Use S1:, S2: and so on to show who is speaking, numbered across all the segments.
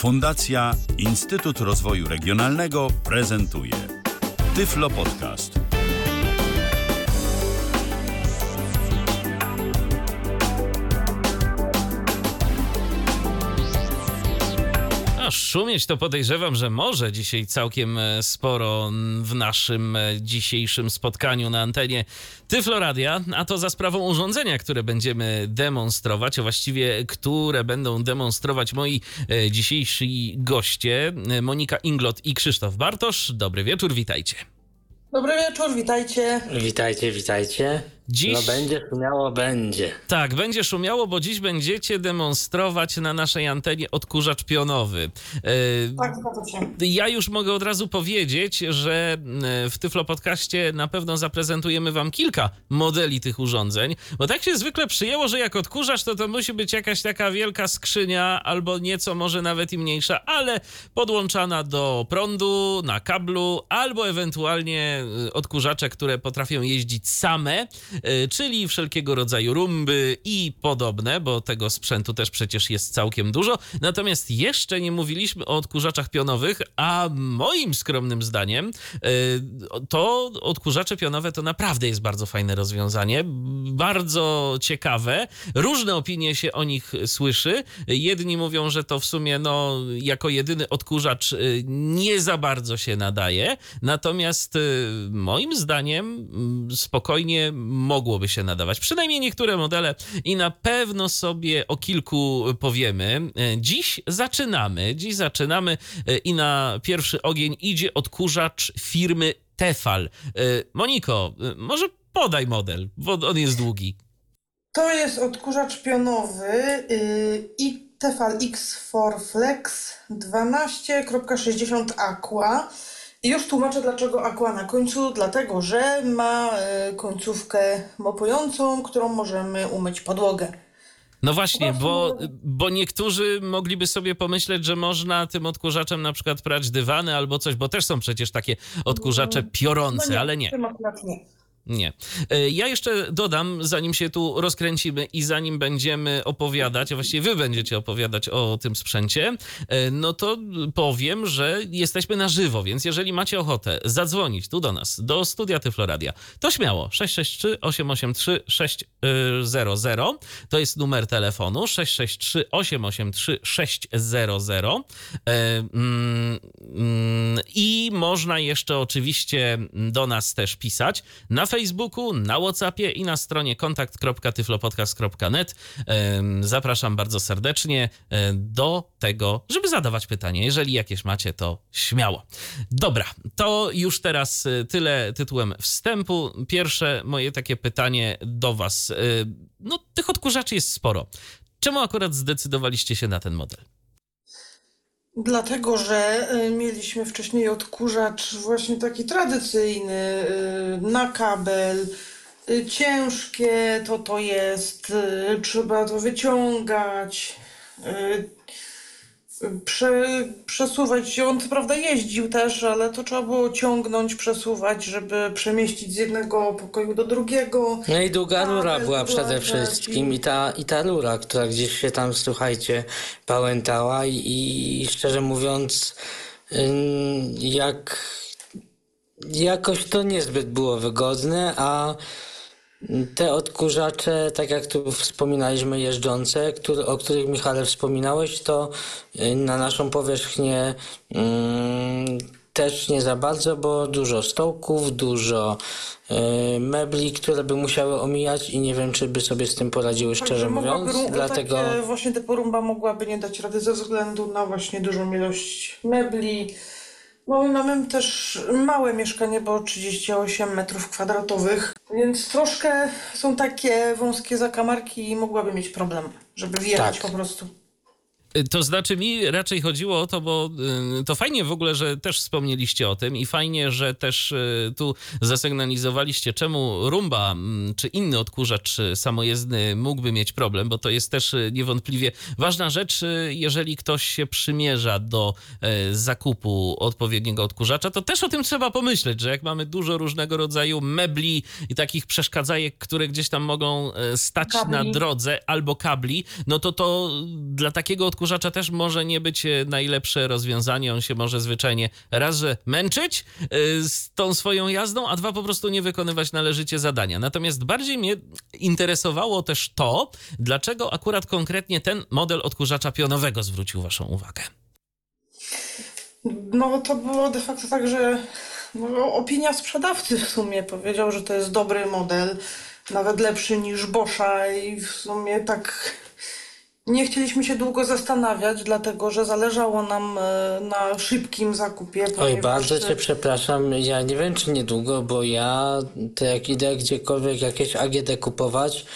S1: Fundacja Instytut Rozwoju Regionalnego prezentuje Tyflo Podcast.
S2: A szumieć to podejrzewam, że może dzisiaj całkiem sporo w naszym dzisiejszym spotkaniu na antenie Tyflo Radia, a to za sprawą urządzenia, które będziemy demonstrować, a właściwie które będą demonstrować moi dzisiejsi goście, Monika Inglot i Krzysztof Bartosz. Dobry wieczór, witajcie.
S3: Dobry wieczór, witajcie.
S4: Witajcie.
S2: Dziś...
S4: No będzie szumiało, będzie.
S2: Tak, będzie szumiało, bo dziś będziecie demonstrować na naszej antenie odkurzacz pionowy.
S3: Tak, zgadza się.
S2: Ja już mogę od razu powiedzieć, że w Tyflo Podcaście na pewno zaprezentujemy wam kilka modeli tych urządzeń, bo tak się zwykle przyjęło, że jak odkurzacz, to musi być jakaś taka wielka skrzynia, albo nieco może nawet i mniejsza, ale podłączana do prądu, na kablu, albo ewentualnie odkurzacze, które potrafią jeździć same, czyli wszelkiego rodzaju rumby i podobne, bo tego sprzętu też przecież jest całkiem dużo. Natomiast jeszcze nie mówiliśmy o odkurzaczach pionowych, a moim skromnym zdaniem to odkurzacze pionowe to naprawdę jest bardzo fajne rozwiązanie, bardzo ciekawe. Różne opinie się o nich słyszy. Jedni mówią, że to w sumie jako jedyny odkurzacz nie za bardzo się nadaje, natomiast moim zdaniem spokojnie mogłoby się nadawać. Przynajmniej niektóre modele i na pewno sobie o kilku powiemy. Dziś zaczynamy i na pierwszy ogień idzie odkurzacz firmy Tefal. Moniko, może podaj model, bo on jest długi.
S3: To jest odkurzacz pionowy i Tefal X4 Flex 12.60 Aqua. I już tłumaczę, dlaczego Aqua na końcu. Dlatego, że ma końcówkę mopującą, którą możemy umyć podłogę.
S2: No właśnie, bo niektórzy mogliby sobie pomyśleć, że można tym odkurzaczem na przykład prać dywany albo coś, bo też są przecież takie odkurzacze piorące, ale nie. Nie. Ja jeszcze dodam, zanim się tu rozkręcimy i zanim będziemy opowiadać, a właściwie wy będziecie opowiadać o tym sprzęcie, no to powiem, że jesteśmy na żywo, więc jeżeli macie ochotę zadzwonić tu do nas, do studia Tyflo Radia, to śmiało 663 883 600, to jest numer telefonu 663 883 600 i można jeszcze oczywiście do nas też pisać na Facebooku, na WhatsAppie i na stronie kontakt.tyflopodcast.net. Zapraszam bardzo serdecznie do tego, żeby zadawać pytania. Jeżeli jakieś macie, to śmiało. Dobra, to już teraz tyle tytułem wstępu. Pierwsze moje takie pytanie do was. No, tych odkurzaczy jest sporo. Czemu akurat zdecydowaliście się na ten model?
S3: Dlatego, że mieliśmy wcześniej odkurzacz właśnie taki tradycyjny, na kabel, ciężkie to jest, trzeba to wyciągać, przesuwać. On co prawda jeździł też, ale to trzeba było ciągnąć, przesuwać, żeby przemieścić z jednego pokoju do drugiego.
S4: No i długa rura była przede wszystkim i ta rura, która gdzieś się tam, słuchajcie, pałętała i szczerze mówiąc jakoś to niezbyt było wygodne, a te odkurzacze, tak jak tu wspominaliśmy, jeżdżące, o których, Michale, wspominałeś, to na naszą powierzchnię też nie za bardzo, bo dużo stołków, dużo mebli, które by musiały omijać i nie wiem, czy by sobie z tym poradziły, szczerze mówiąc. Dlatego
S3: właśnie ta porumba mogłaby nie dać rady ze względu na właśnie dużą ilość mebli. Bo my mamy też małe mieszkanie, bo 38 metrów kwadratowych, więc troszkę są takie wąskie zakamarki i mogłaby mieć problem, żeby wjechać po prostu.
S2: To znaczy mi raczej chodziło o to, bo to fajnie w ogóle, że też wspomnieliście o tym i fajnie, że też tu zasygnalizowaliście, czemu rumba czy inny odkurzacz samojezdny mógłby mieć problem, bo to jest też niewątpliwie ważna rzecz. Jeżeli ktoś się przymierza do zakupu odpowiedniego odkurzacza, to też o tym trzeba pomyśleć, że jak mamy dużo różnego rodzaju mebli i takich przeszkadzajek, które gdzieś tam mogą stać na drodze albo kabli, no to dla takiego odkurzacza odkurzacza też może nie być najlepsze rozwiązanie. On się może zwyczajnie raz, że męczyć z tą swoją jazdą, a dwa, po prostu nie wykonywać należycie zadania. Natomiast bardziej mnie interesowało też to, dlaczego akurat konkretnie ten model odkurzacza pionowego zwrócił waszą uwagę.
S3: No to było de facto tak, że opinia sprzedawcy w sumie powiedział, że to jest dobry model, nawet lepszy niż Boscha i w sumie tak nie chcieliśmy się długo zastanawiać, dlatego że zależało nam na szybkim zakupie.
S4: Oj, bardzo cię przepraszam, ja nie wiem czy niedługo, bo ja to jak idę gdziekolwiek jakieś AGD kupować,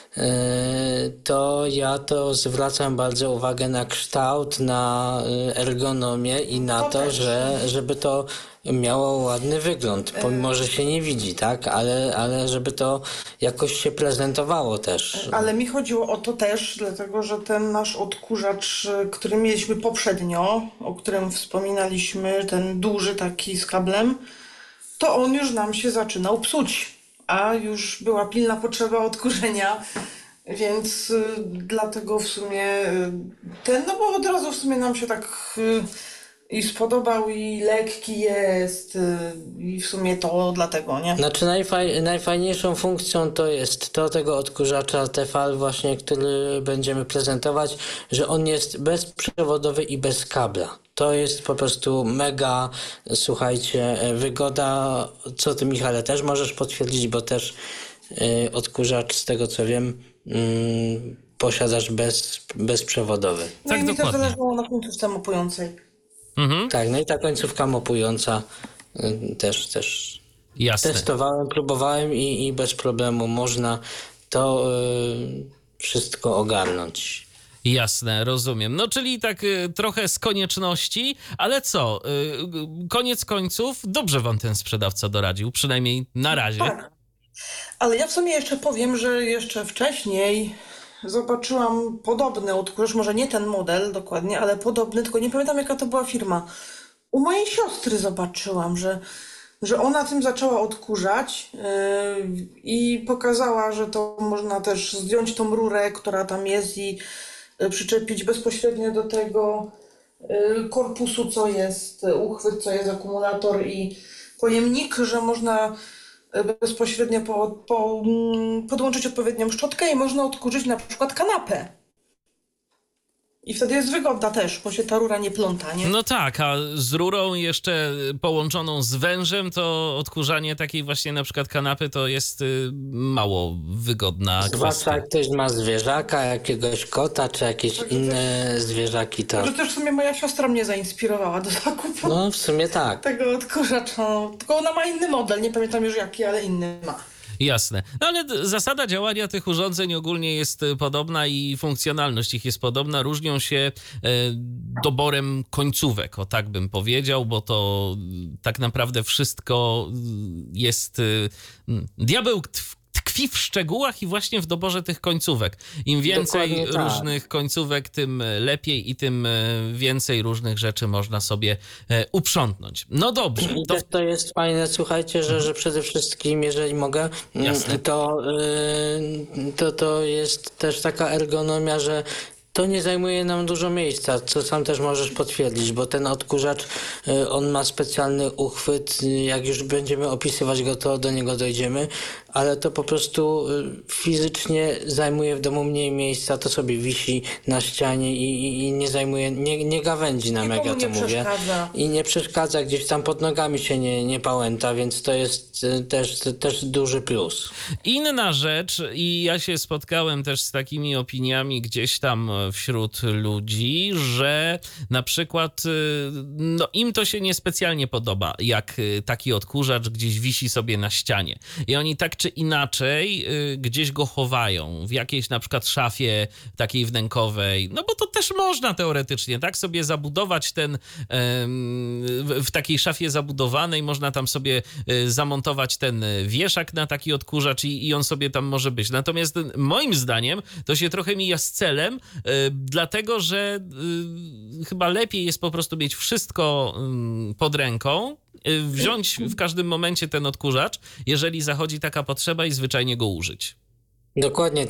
S4: to ja to zwracam bardzo uwagę na kształt, na ergonomię i na to, żeby to miało ładny wygląd, pomimo że się nie widzi, tak? Ale żeby to jakoś się prezentowało też.
S3: Ale mi chodziło o to też, dlatego że ten nasz odkurzacz, który mieliśmy poprzednio, o którym wspominaliśmy, ten duży taki z kablem, to on już nam się zaczynał psuć, a już była pilna potrzeba odkurzenia, więc dlatego w sumie ten, no bo od razu w sumie nam się tak i spodobał i lekki jest i w sumie to dlatego, nie?
S4: Znaczy najfajniejszą funkcją to jest to tego odkurzacza Tefal właśnie, który będziemy prezentować, że on jest bezprzewodowy i bez kabla. To jest po prostu mega, słuchajcie, wygoda, co ty Michale też możesz potwierdzić, bo też odkurzacz z tego co wiem posiadasz bezprzewodowy.
S3: No
S2: Tak,
S3: i mi też
S2: dokładnie.
S3: zależało na końcówce mopującej.
S4: Tak, no i ta końcówka mopująca też
S2: Jasne.
S4: testowałem, próbowałem i bez problemu można to wszystko ogarnąć.
S2: Jasne, rozumiem. No czyli tak trochę z konieczności, ale co? Koniec końców dobrze wam ten sprzedawca doradził, przynajmniej na razie.
S3: Tak. Ale ja w sumie jeszcze powiem, że jeszcze wcześniej zobaczyłam podobny odkurzacz, może nie ten model dokładnie, ale podobny, tylko nie pamiętam jaka to była firma. U mojej siostry zobaczyłam, że ona tym zaczęła odkurzać i pokazała, że to można też zdjąć tą rurę, która tam jest i przyczepić bezpośrednio do tego korpusu, co jest uchwyt, co jest akumulator i pojemnik, że można bezpośrednio podłączyć odpowiednią szczotkę i można odkurzyć na przykład kanapę. I wtedy jest wygodna też, bo się ta rura nie pląta, nie?
S2: No tak, a z rurą jeszcze połączoną z wężem, to odkurzanie takiej właśnie na przykład kanapy to jest mało wygodna
S4: Zwłaszcza
S2: kwestia.
S4: jak ktoś ma zwierzaka, jakiegoś kota, czy jakieś inne zwierzaki, to
S3: Że też w sumie moja siostra mnie zainspirowała do zakupu
S4: no w sumie tak.
S3: tego odkurzacza. Tylko ona ma inny model, nie pamiętam już jaki, ale inny ma.
S2: Jasne. No ale zasada działania tych urządzeń ogólnie jest podobna i funkcjonalność ich jest podobna. Różnią się doborem końcówek, o tak bym powiedział, bo to tak naprawdę wszystko jest... Diabeł tkwi w szczegółach i właśnie w doborze tych końcówek. Im więcej
S4: Dokładnie tak.
S2: różnych końcówek, tym lepiej i tym więcej różnych rzeczy można sobie uprzątnąć. No dobrze.
S4: I też to jest fajne, słuchajcie, że przede wszystkim, jeżeli mogę,
S2: Jasne.
S4: to jest też taka ergonomia, że to nie zajmuje nam dużo miejsca, co sam też możesz potwierdzić, bo ten odkurzacz, on ma specjalny uchwyt, jak już będziemy opisywać go, to do niego dojdziemy, ale to po prostu fizycznie zajmuje w domu mniej miejsca, to sobie wisi na ścianie i nie zajmuje, nie gawędzi nam, jak ja
S3: Nikomu
S4: to
S3: nie
S4: mówię.
S3: przeszkadza.
S4: I nie przeszkadza, gdzieś tam pod nogami się nie pałęta, więc to jest też duży plus.
S2: Inna rzecz, i ja się spotkałem też z takimi opiniami gdzieś tam wśród ludzi, że na przykład no, im to się niespecjalnie podoba, jak taki odkurzacz gdzieś wisi sobie na ścianie. I oni tak czy inaczej gdzieś go chowają w jakiejś na przykład szafie takiej wnękowej, no bo to też można teoretycznie, tak, sobie zabudować ten w takiej szafie zabudowanej, można tam sobie zamontować ten wieszak na taki odkurzacz i on sobie tam może być. Natomiast moim zdaniem to się trochę mija z celem, dlatego że chyba lepiej jest po prostu mieć wszystko pod ręką, wziąć w każdym momencie ten odkurzacz, jeżeli zachodzi taka potrzeba i zwyczajnie go użyć.
S4: Dokładnie,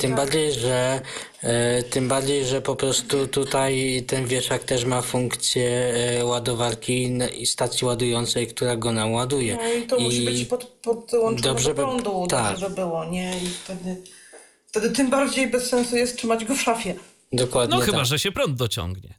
S4: tym bardziej, że po prostu tutaj ten wieszak też ma funkcję ładowarki i stacji ładującej, która go nam ładuje.
S3: No i to musi być podłączone
S4: dobrze
S3: do prądu,
S4: tak.
S3: dobrze by było, nie? I wtedy tym bardziej bez sensu jest trzymać go w szafie.
S4: Dokładnie
S2: No chyba,
S4: tak.
S2: że się prąd dociągnie.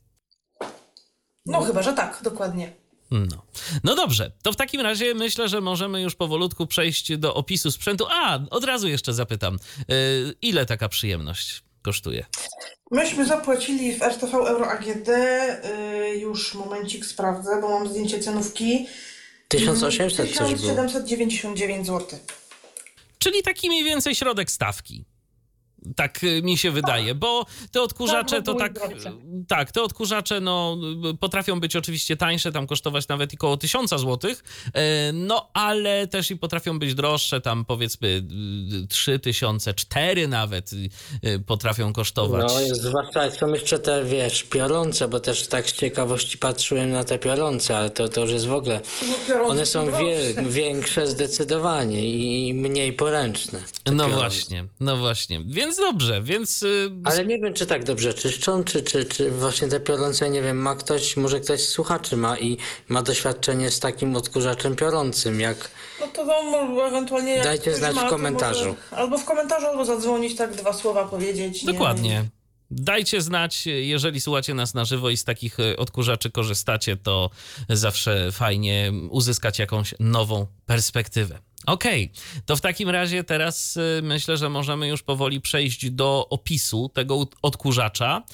S3: No chyba, że tak, dokładnie.
S2: No dobrze, to w takim razie myślę, że możemy już powolutku przejść do opisu sprzętu. Od razu jeszcze zapytam, ile taka przyjemność kosztuje?
S3: Myśmy zapłacili w RTV Euro AGD, już momencik sprawdzę, bo mam zdjęcie cenówki.
S4: 1800 coś było.
S3: 1799 zł.
S2: Czyli taki mniej więcej środek stawki. Tak mi się wydaje, bo te odkurzacze to tak, te odkurzacze potrafią być oczywiście tańsze, tam kosztować nawet i koło 1000 zł, no ale też i potrafią być droższe, tam powiedzmy 3000, 4 nawet potrafią kosztować.
S4: No, zwłaszcza jak są jeszcze te, piorące, bo też tak z ciekawości patrzyłem na te piorące, ale to już jest w ogóle, one są większe zdecydowanie i mniej poręczne.
S2: No właśnie, więc dobrze,
S4: Ale nie wiem, czy tak dobrze czyszczą, czy właśnie te piorące, nie wiem, może ktoś z słuchaczy ma i doświadczenie z takim odkurzaczem piorącym, jak...
S3: No to wam ewentualnie... Jak
S4: dajcie znać w komentarzu.
S3: Albo w komentarzu, albo zadzwonić, tak 2 słowa powiedzieć.
S2: Dokładnie. Dajcie znać, jeżeli słuchacie nas na żywo i z takich odkurzaczy korzystacie, to zawsze fajnie uzyskać jakąś nową perspektywę. Okej, to w takim razie teraz myślę, że możemy już powoli przejść do opisu tego odkurzacza.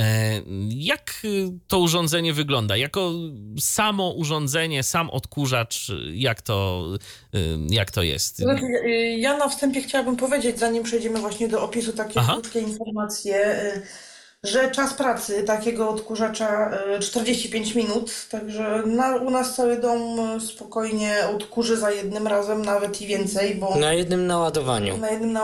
S2: Jak to urządzenie wygląda? Jako samo urządzenie, sam odkurzacz, jak to jest?
S3: Znaczy, ja na wstępie chciałabym powiedzieć, zanim przejdziemy właśnie do opisu, takie krótkie informacje, że czas pracy takiego odkurzacza 45 minut, także u nas cały dom spokojnie odkurzy za jednym razem, nawet i więcej, bo...
S4: Na jednym naładowaniu.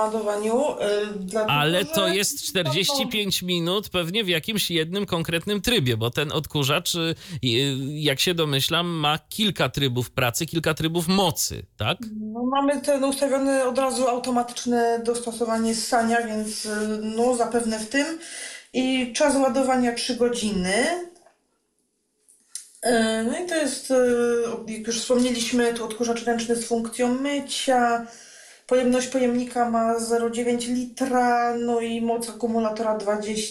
S2: Ale to jest 45 minut pewnie w jakimś jednym konkretnym trybie, bo ten odkurzacz, jak się domyślam, ma kilka trybów pracy, kilka trybów mocy, tak?
S3: No, mamy ten ustawiony od razu automatyczne dostosowanie ssania, więc zapewne w tym. I czas ładowania 3 godziny. No i to jest, jak już wspomnieliśmy, to odkurzacz ręczny z funkcją mycia. Pojemność pojemnika ma 0,9 litra, no i moc akumulatora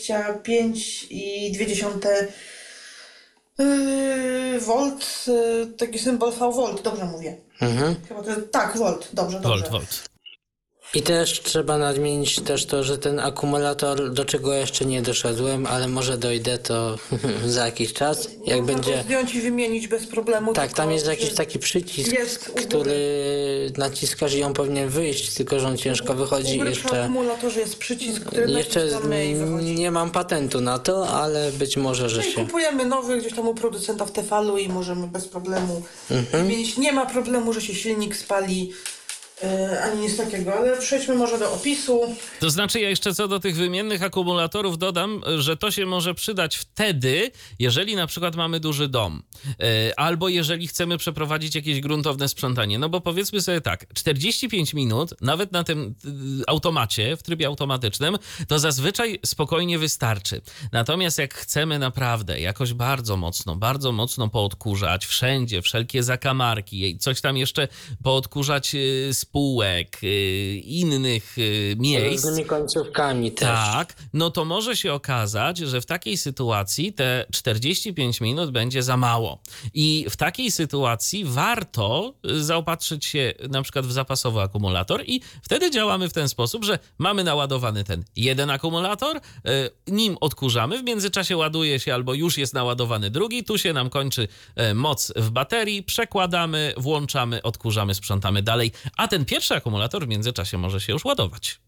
S3: 25,2 V. Taki symbol V, dobrze mówię. Chyba to jest, tak, volt, dobrze.
S2: Volt.
S4: I też trzeba nadmienić też to, że ten akumulator, do czego jeszcze nie doszedłem, ale może dojdę to za jakiś czas, jak będzie...
S3: zdjąć i wymienić bez problemu.
S4: Tak, tam jest jakiś taki przycisk, który naciskasz i on powinien wyjść, tylko że on ciężko wychodzi.
S3: W akumulatorze jest przycisk, który naciskamy i wychodzi.
S4: Nie mam patentu na to, ale być może, że się...
S3: Kupujemy nowy gdzieś tam u producenta w Tefalu i możemy bez problemu wymienić. Nie ma problemu, że się silnik spali, ani nic takiego, ale przejdźmy może do opisu.
S2: To znaczy, ja jeszcze co do tych wymiennych akumulatorów dodam, że to się może przydać wtedy, jeżeli na przykład mamy duży dom, albo jeżeli chcemy przeprowadzić jakieś gruntowne sprzątanie. No bo powiedzmy sobie tak, 45 minut, nawet na tym automacie, w trybie automatycznym, to zazwyczaj spokojnie wystarczy. Natomiast jak chcemy naprawdę jakoś bardzo mocno poodkurzać wszędzie, wszelkie zakamarki, coś tam jeszcze poodkurzać spółek, innych miejsc.
S4: Z różnymi końcówkami też.
S2: Tak, no to może się okazać, że w takiej sytuacji te 45 minut będzie za mało. I w takiej sytuacji warto zaopatrzyć się na przykład w zapasowy akumulator i wtedy działamy w ten sposób, że mamy naładowany ten jeden akumulator, nim odkurzamy, w międzyczasie ładuje się albo już jest naładowany drugi, tu się nam kończy moc w baterii, przekładamy, włączamy, odkurzamy, sprzątamy dalej, a ten pierwszy akumulator w międzyczasie może się już ładować.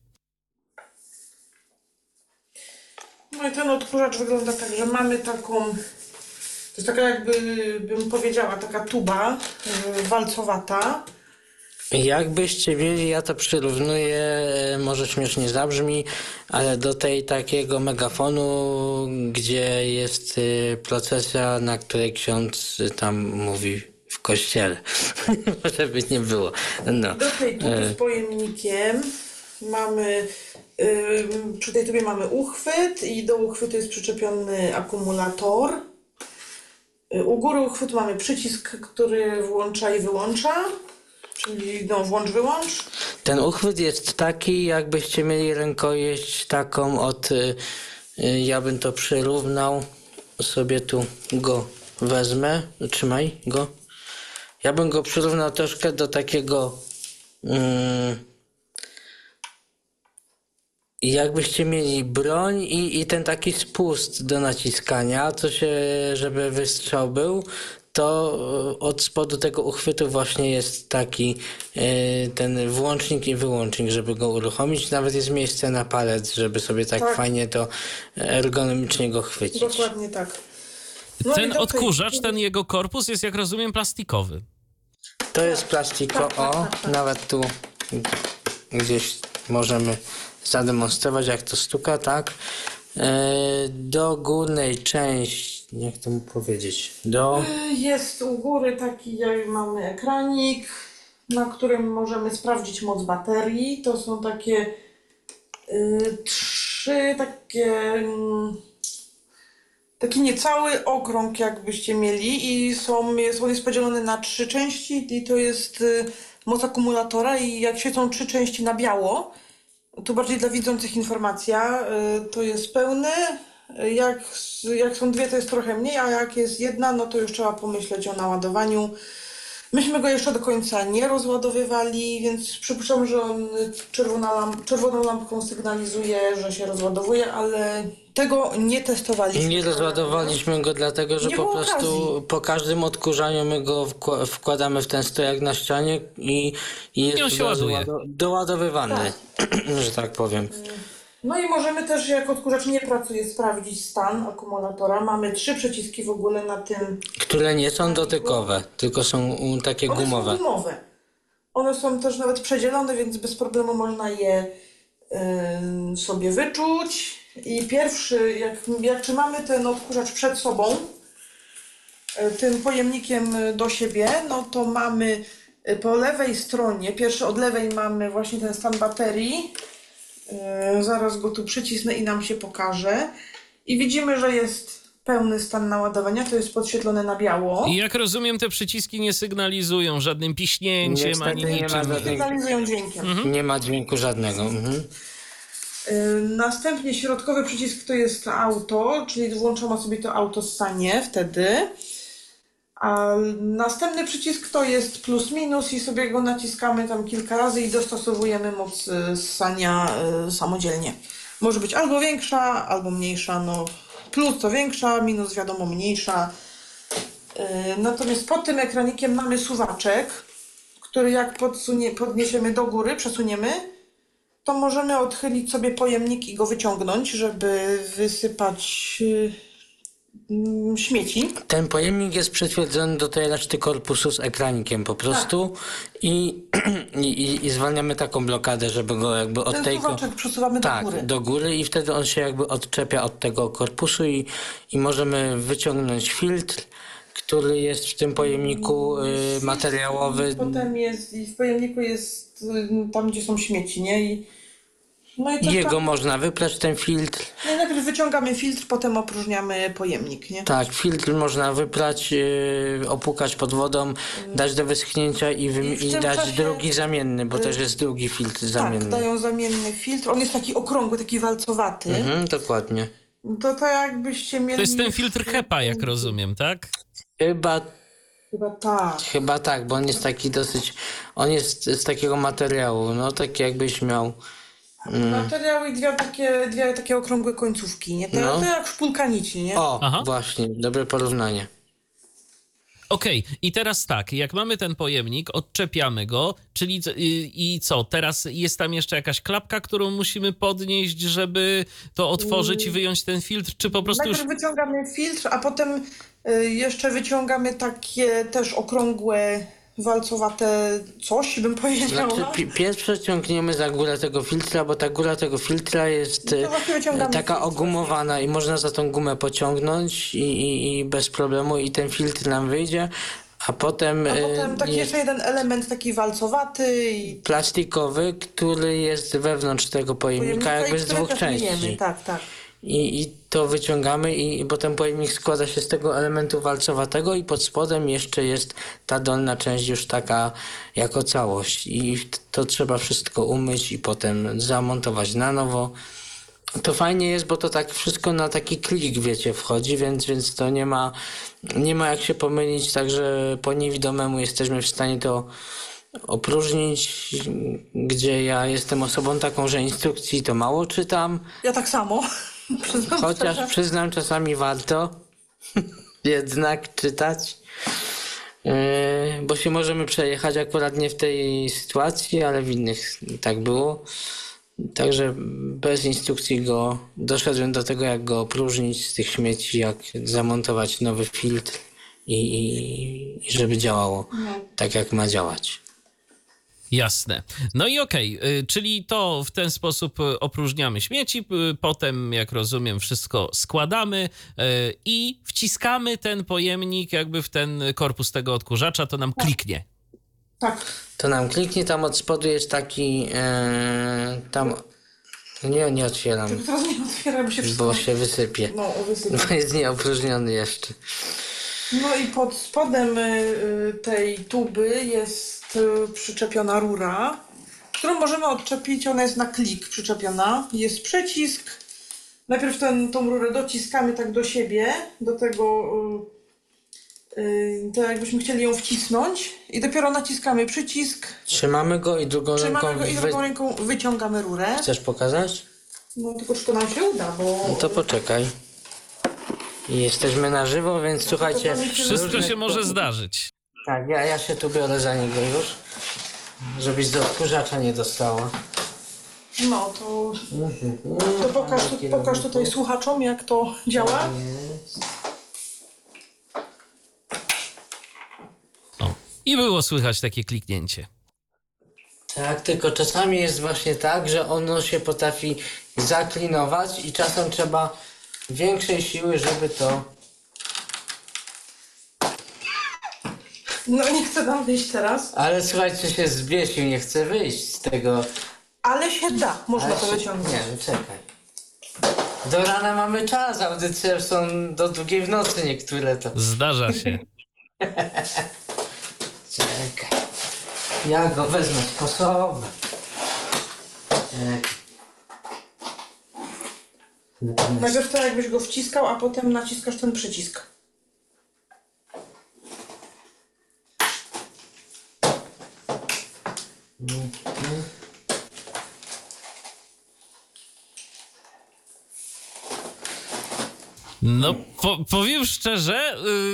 S3: No i ten odkurzacz wygląda tak, że mamy taką, to jest taka jakby, bym powiedziała, taka tuba walcowata.
S4: Jakbyście mieli, ja to przyrównuję, może śmiesznie zabrzmi, ale do tej takiego megafonu, gdzie jest procesja, na której ksiądz tam mówi w kościele, żeby nie było. No.
S3: Do tej tuby z pojemnikiem mamy Przy tej tubie mamy uchwyt i do uchwytu jest przyczepiony akumulator. U góry uchwytu mamy przycisk, który włącza i wyłącza, czyli włącz-wyłącz.
S4: Ten uchwyt jest taki, jakbyście mieli rękojeść taką ja bym to przyrównał, sobie tu go wezmę, trzymaj go. Ja bym go przyrównał troszkę do takiego, jakbyście mieli broń i ten taki spust do naciskania, żeby wystrzał był, to od spodu tego uchwytu właśnie jest taki ten włącznik i wyłącznik, żeby go uruchomić. Nawet jest miejsce na palec, żeby sobie tak fajnie to ergonomicznie go chwycić.
S3: Dokładnie tak. No
S2: Ten odkurzacz, ten jego korpus jest, jak rozumiem, plastikowy.
S4: To jest plastiko, nawet tu gdzieś możemy zademonstrować, jak to stuka, tak. Do górnej części, jak to mu powiedzieć,
S3: Jest u góry taki, jak mamy ekranik, na którym możemy sprawdzić moc baterii. To są takie trzy taki niecały okrąg jakbyście mieli i on jest podzielony na 3 części i to jest moc akumulatora i jak świecą 3 części na biało, tu bardziej dla widzących informacja, to jest pełny, jak są 2 to jest trochę mniej, a jak jest 1, no to już trzeba pomyśleć o naładowaniu. Myśmy go jeszcze do końca nie rozładowywali, więc przypuszczam, że on czerwoną lampką sygnalizuje, że się rozładowuje, ale tego nie testowaliśmy.
S4: Nie rozładowaliśmy go dlatego, że
S3: Nie
S4: po
S3: było
S4: prostu
S3: okazji.
S4: po każdym odkurzaniu my go wkładamy w ten stojak na ścianie i jest
S2: on się ładuje.
S4: doładowywany, że tak powiem.
S3: No i możemy też, jak odkurzacz nie pracuje, sprawdzić stan akumulatora. Mamy 3 przyciski w ogóle na tym.
S4: Które nie są dotykowe, tylko są takie
S3: One
S4: gumowe.
S3: są gumowe. One są też nawet przedzielone, więc bez problemu można je sobie wyczuć. I pierwszy, jak trzymamy ten odkurzacz przed sobą, tym pojemnikiem do siebie, no to mamy po lewej stronie, pierwszy od lewej mamy właśnie ten stan baterii. Zaraz go tu przycisnę i nam się pokaże. I widzimy, że jest pełny stan naładowania, to jest podświetlone na biało.
S2: I jak rozumiem, te przyciski nie sygnalizują żadnym piśnięciem
S4: Niestety
S2: ani
S4: nie ma
S2: niczym.
S4: żadnych-
S3: Sygnalizują dźwiękiem.
S4: Nie ma dźwięku żadnego.
S3: Następnie środkowy przycisk to jest auto, czyli włączamy sobie to auto ssanie wtedy. A następny przycisk to jest plus minus i sobie go naciskamy tam kilka razy i dostosowujemy moc ssania samodzielnie. Może być albo większa, albo mniejsza. No, plus to większa, minus wiadomo mniejsza. Natomiast pod tym ekranikiem mamy suwaczek, który jak podniesiemy do góry, przesuniemy, to możemy odchylić sobie pojemnik i go wyciągnąć, żeby wysypać śmieci.
S4: Ten pojemnik jest przytwierdzony do tej reszty korpusu z ekranikiem po prostu i zwalniamy taką blokadę, żeby go jakby od
S3: Ten
S4: tej...
S3: suwaczek przesuwamy do góry.
S4: do góry i wtedy on się jakby odczepia od tego korpusu i możemy wyciągnąć filtr, który jest w tym pojemniku materiałowy.
S3: Potem jest, i w pojemniku jest tam, gdzie są śmieci, nie? No i
S4: Jego można wyprać, ten filtr.
S3: No i najpierw wyciągamy filtr, potem opróżniamy pojemnik, nie?
S4: Tak, filtr można wyprać, opłukać pod wodą, dać do wyschnięcia i
S3: w tym
S4: dać
S3: czasie-
S4: drugi zamienny, bo też jest drugi filtr zamienny.
S3: Tak, dają zamienny filtr. On jest taki okrągły, taki walcowaty.
S4: Dokładnie.
S3: To jakbyście mieli...
S2: To jest ten filtr HEPA, jak rozumiem, tak?
S3: Chyba tak.
S4: Bo on jest taki dosyć, on jest z takiego materiału, no taki jakbyś miał...
S3: Materiał i dwie takie okrągłe końcówki, nie? To jak szpulka nici, nie?
S2: Aha.
S4: Właśnie, dobre porównanie.
S2: Okej, i teraz tak, jak mamy ten pojemnik, odczepiamy go, czyli i co? Teraz jest tam jeszcze jakaś klapka, którą musimy podnieść, żeby to otworzyć i wyjąć ten filtr, czy po prostu już...
S3: Najpierw wyciągamy filtr, a potem jeszcze wyciągamy takie też okrągłe, walcowate coś, bym powiedziała.
S4: Znaczy, pierwsze ciągniemy za górę tego filtra, bo ta góra tego filtra jest
S3: No właśnie wyciągamy
S4: taka
S3: filtr.
S4: ogumowana i można za tą gumę pociągnąć i bez problemu i ten filtr nam wyjdzie, A potem,
S3: A potem taki
S4: jest
S3: jeszcze jeden element taki walcowaty i
S4: plastikowy, który jest wewnątrz tego pojemnika jakby z
S3: który
S4: dwóch
S3: też
S4: części.
S3: myjemy. Tak, tak.
S4: I to wyciągamy i potem pojemnik składa się z tego elementu walcowatego i pod spodem jeszcze jest ta dolna część już taka jako całość. I to trzeba wszystko umyć i potem zamontować na nowo. To fajnie jest, bo to tak wszystko na taki klik, wiecie, wchodzi, więc to nie ma jak się pomylić, także po niewidomemu jesteśmy w stanie to opróżnić, gdzie ja jestem osobą taką, że instrukcji to mało czytam,
S3: Ja tak samo. Przyznam
S4: chociaż
S3: szczerze.
S4: przyznam, czasami warto jednak czytać, bo się możemy przejechać akurat nie w tej sytuacji, ale w innych tak było. Także bez instrukcji doszedłem do tego, jak go opróżnić z tych śmieci, jak zamontować nowy filtr i żeby działało tak, jak ma działać.
S2: Jasne. No i okej, czyli to w ten sposób opróżniamy śmieci, potem, jak rozumiem, wszystko składamy i wciskamy ten pojemnik jakby w ten korpus tego odkurzacza, to nam kliknie.
S3: Tak.
S4: To nam kliknie, tam od spodu jest taki, tam, nie otwieram,
S3: Teraz nie otwieram się wszystko.
S4: bo się wysypie,
S3: No, wysypię.
S4: bo jest nieopróżniony jeszcze.
S3: No i pod spodem tej tuby jest przyczepiona rura, którą możemy odczepić. Ona jest na klik przyczepiona. Jest przycisk. Najpierw tą rurę dociskamy tak do siebie, do tego, to jakbyśmy chcieli ją wcisnąć i dopiero naciskamy przycisk,
S4: Trzymamy go i drugą
S3: trzymamy go i
S4: ręką,
S3: drugą ręką wyciągamy rurę.
S4: chcesz pokazać?
S3: No tylko czy to nam się uda, bo...
S4: No to poczekaj. I jesteśmy na żywo, więc słuchajcie.
S2: Wszystko się może zdarzyć.
S4: Tak, ja się tu biorę za niego już, żebyś do odkurzacza nie dostała.
S3: No to pokaż tutaj słuchaczom, jak to działa.
S2: O. I było słychać takie kliknięcie.
S4: Tak, tylko czasami jest właśnie tak, że ono się potrafi zaklinować i czasem trzeba większej siły, żeby to...
S3: No nie chcę nam wyjść teraz,
S4: Ale słuchajcie, się zbiesił, nie chce wyjść z tego...
S3: ale się da, można
S4: Ale
S3: to
S4: się-
S3: wyciągnąć.
S4: Nie, czekaj. Do rana mamy czas, audycje są do długiej w nocy niektóre to...
S2: Zdarza się.
S4: Czekaj. Ja go wezmę sposobem. Czekaj.
S3: Najpierw to jakbyś go wciskał, a potem naciskasz ten przycisk.
S2: No, powiem szczerze,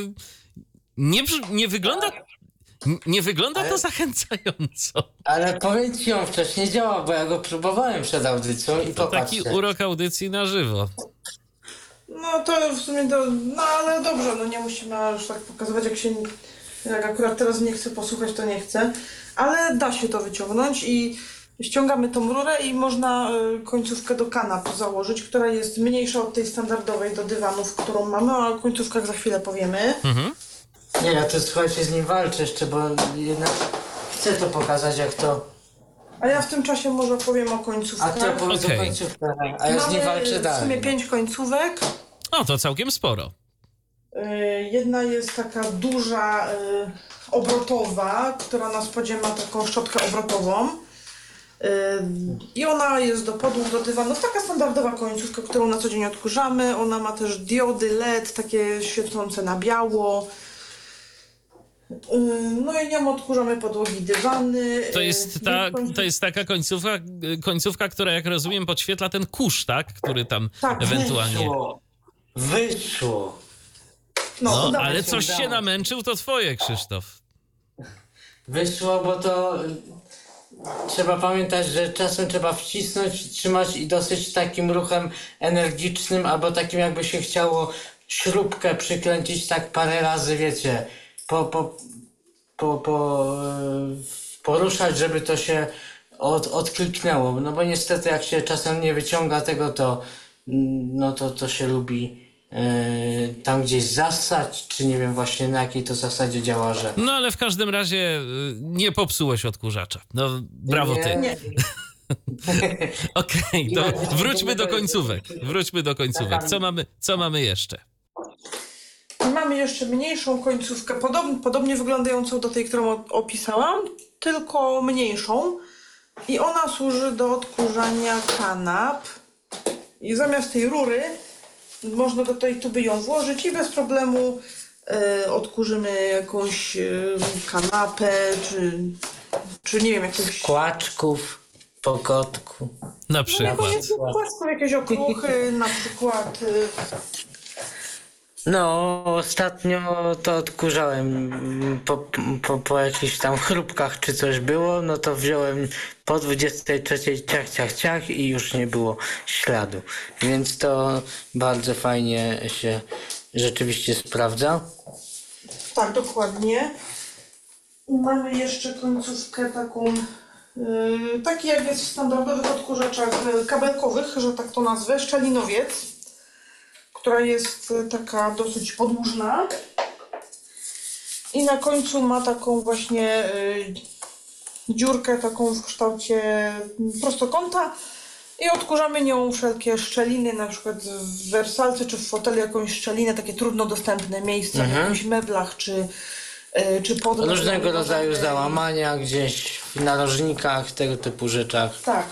S2: nie wygląda to zachęcająco.
S4: Ale powiem ci, on wcześniej działał, bo ja go próbowałem przed audycją i
S2: To taki
S4: popatrzcie.
S2: urok audycji na żywo.
S3: No to w sumie no ale dobrze, no nie musimy aż tak pokazywać, jak akurat teraz nie chcę posłuchać, to nie chcę. Ale da się to wyciągnąć i ściągamy tą rurę i można końcówkę do kanap założyć, która jest mniejsza od tej standardowej do dywanów, którą mamy, a o końcówkach za chwilę powiemy.
S4: Nie, ja tu słuchajcie z nim walczę jeszcze, bo jednak chcę to pokazać, jak to...
S3: A ja w tym czasie może powiem o
S4: A
S3: końcówkach.
S4: ty opowiedz
S2: Okej.
S4: o końcówkę, a ja z nim walczę
S3: Mamy w
S4: dalej.
S3: sumie 5 końcówek.
S2: O, to całkiem sporo.
S3: Jedna jest taka duża, obrotowa, która na spodzie ma taką szczotkę obrotową. I ona jest do podłóg, do dywanów. Taka standardowa końcówka, którą na co dzień odkurzamy. Ona ma też diody LED, takie świecące na biało. No i nią odkurzamy podłogi, dywany.
S2: To jest taka końcówka, która, jak rozumiem, podświetla ten kurz, tak? Który tam
S3: Tak,
S2: ewentualnie...
S4: Wyszło.
S2: No,
S3: udało
S2: ale
S3: się,
S2: coś się
S4: udało.
S2: namęczył, to twoje, Krzysztof.
S4: Wyszło, bo to trzeba pamiętać, że czasem trzeba wcisnąć, trzymać i dosyć takim ruchem energicznym, albo takim jakby się chciało śrubkę przykręcić tak parę razy, wiecie, poruszać, żeby to się odkliknęło. No bo niestety jak się czasem nie wyciąga tego, to no to się lubi tam gdzieś zassać, czy nie wiem właśnie na jakiej to zasadzie działa, że...
S2: No ale w każdym razie nie popsułeś odkurzacza. No brawo ty.
S3: Nie.
S2: Okej, to wróćmy do końcówek. Wróćmy do końcówek. Co mamy jeszcze?
S3: Mamy jeszcze mniejszą końcówkę, podobnie wyglądającą do tej, którą opisałam, tylko mniejszą. I ona służy do odkurzania kanap. I zamiast tej rury można do tej tuby ją włożyć i bez problemu odkurzymy jakąś kanapę, czy nie wiem, jakąś...
S4: Kłaczków po kotku.
S2: Na
S3: No
S2: przykład.
S3: niekoniecznie płaską, jakieś okruchy, na przykład...
S4: No, ostatnio to odkurzałem po jakichś tam chrupkach czy coś było, no to wziąłem po 23 ciach, ciach, ciach i już nie było śladu. Więc to bardzo fajnie się rzeczywiście sprawdza.
S3: Tak, dokładnie. I mamy jeszcze końcówkę taką, taki jak jest w standardowych odkurzaczach kabelkowych, że tak to nazwę, szczelinowiec, która jest taka dosyć podłużna. I na końcu ma taką właśnie dziurkę taką w kształcie prostokąta i odkurzamy nią wszelkie szczeliny, na przykład w wersalce czy w fotelu jakąś szczelinę, takie trudno dostępne miejsca, w jakichś meblach czy pod...
S4: Różnego rodzaju załamania gdzieś w narożnikach, tego typu rzeczach.
S3: Tak.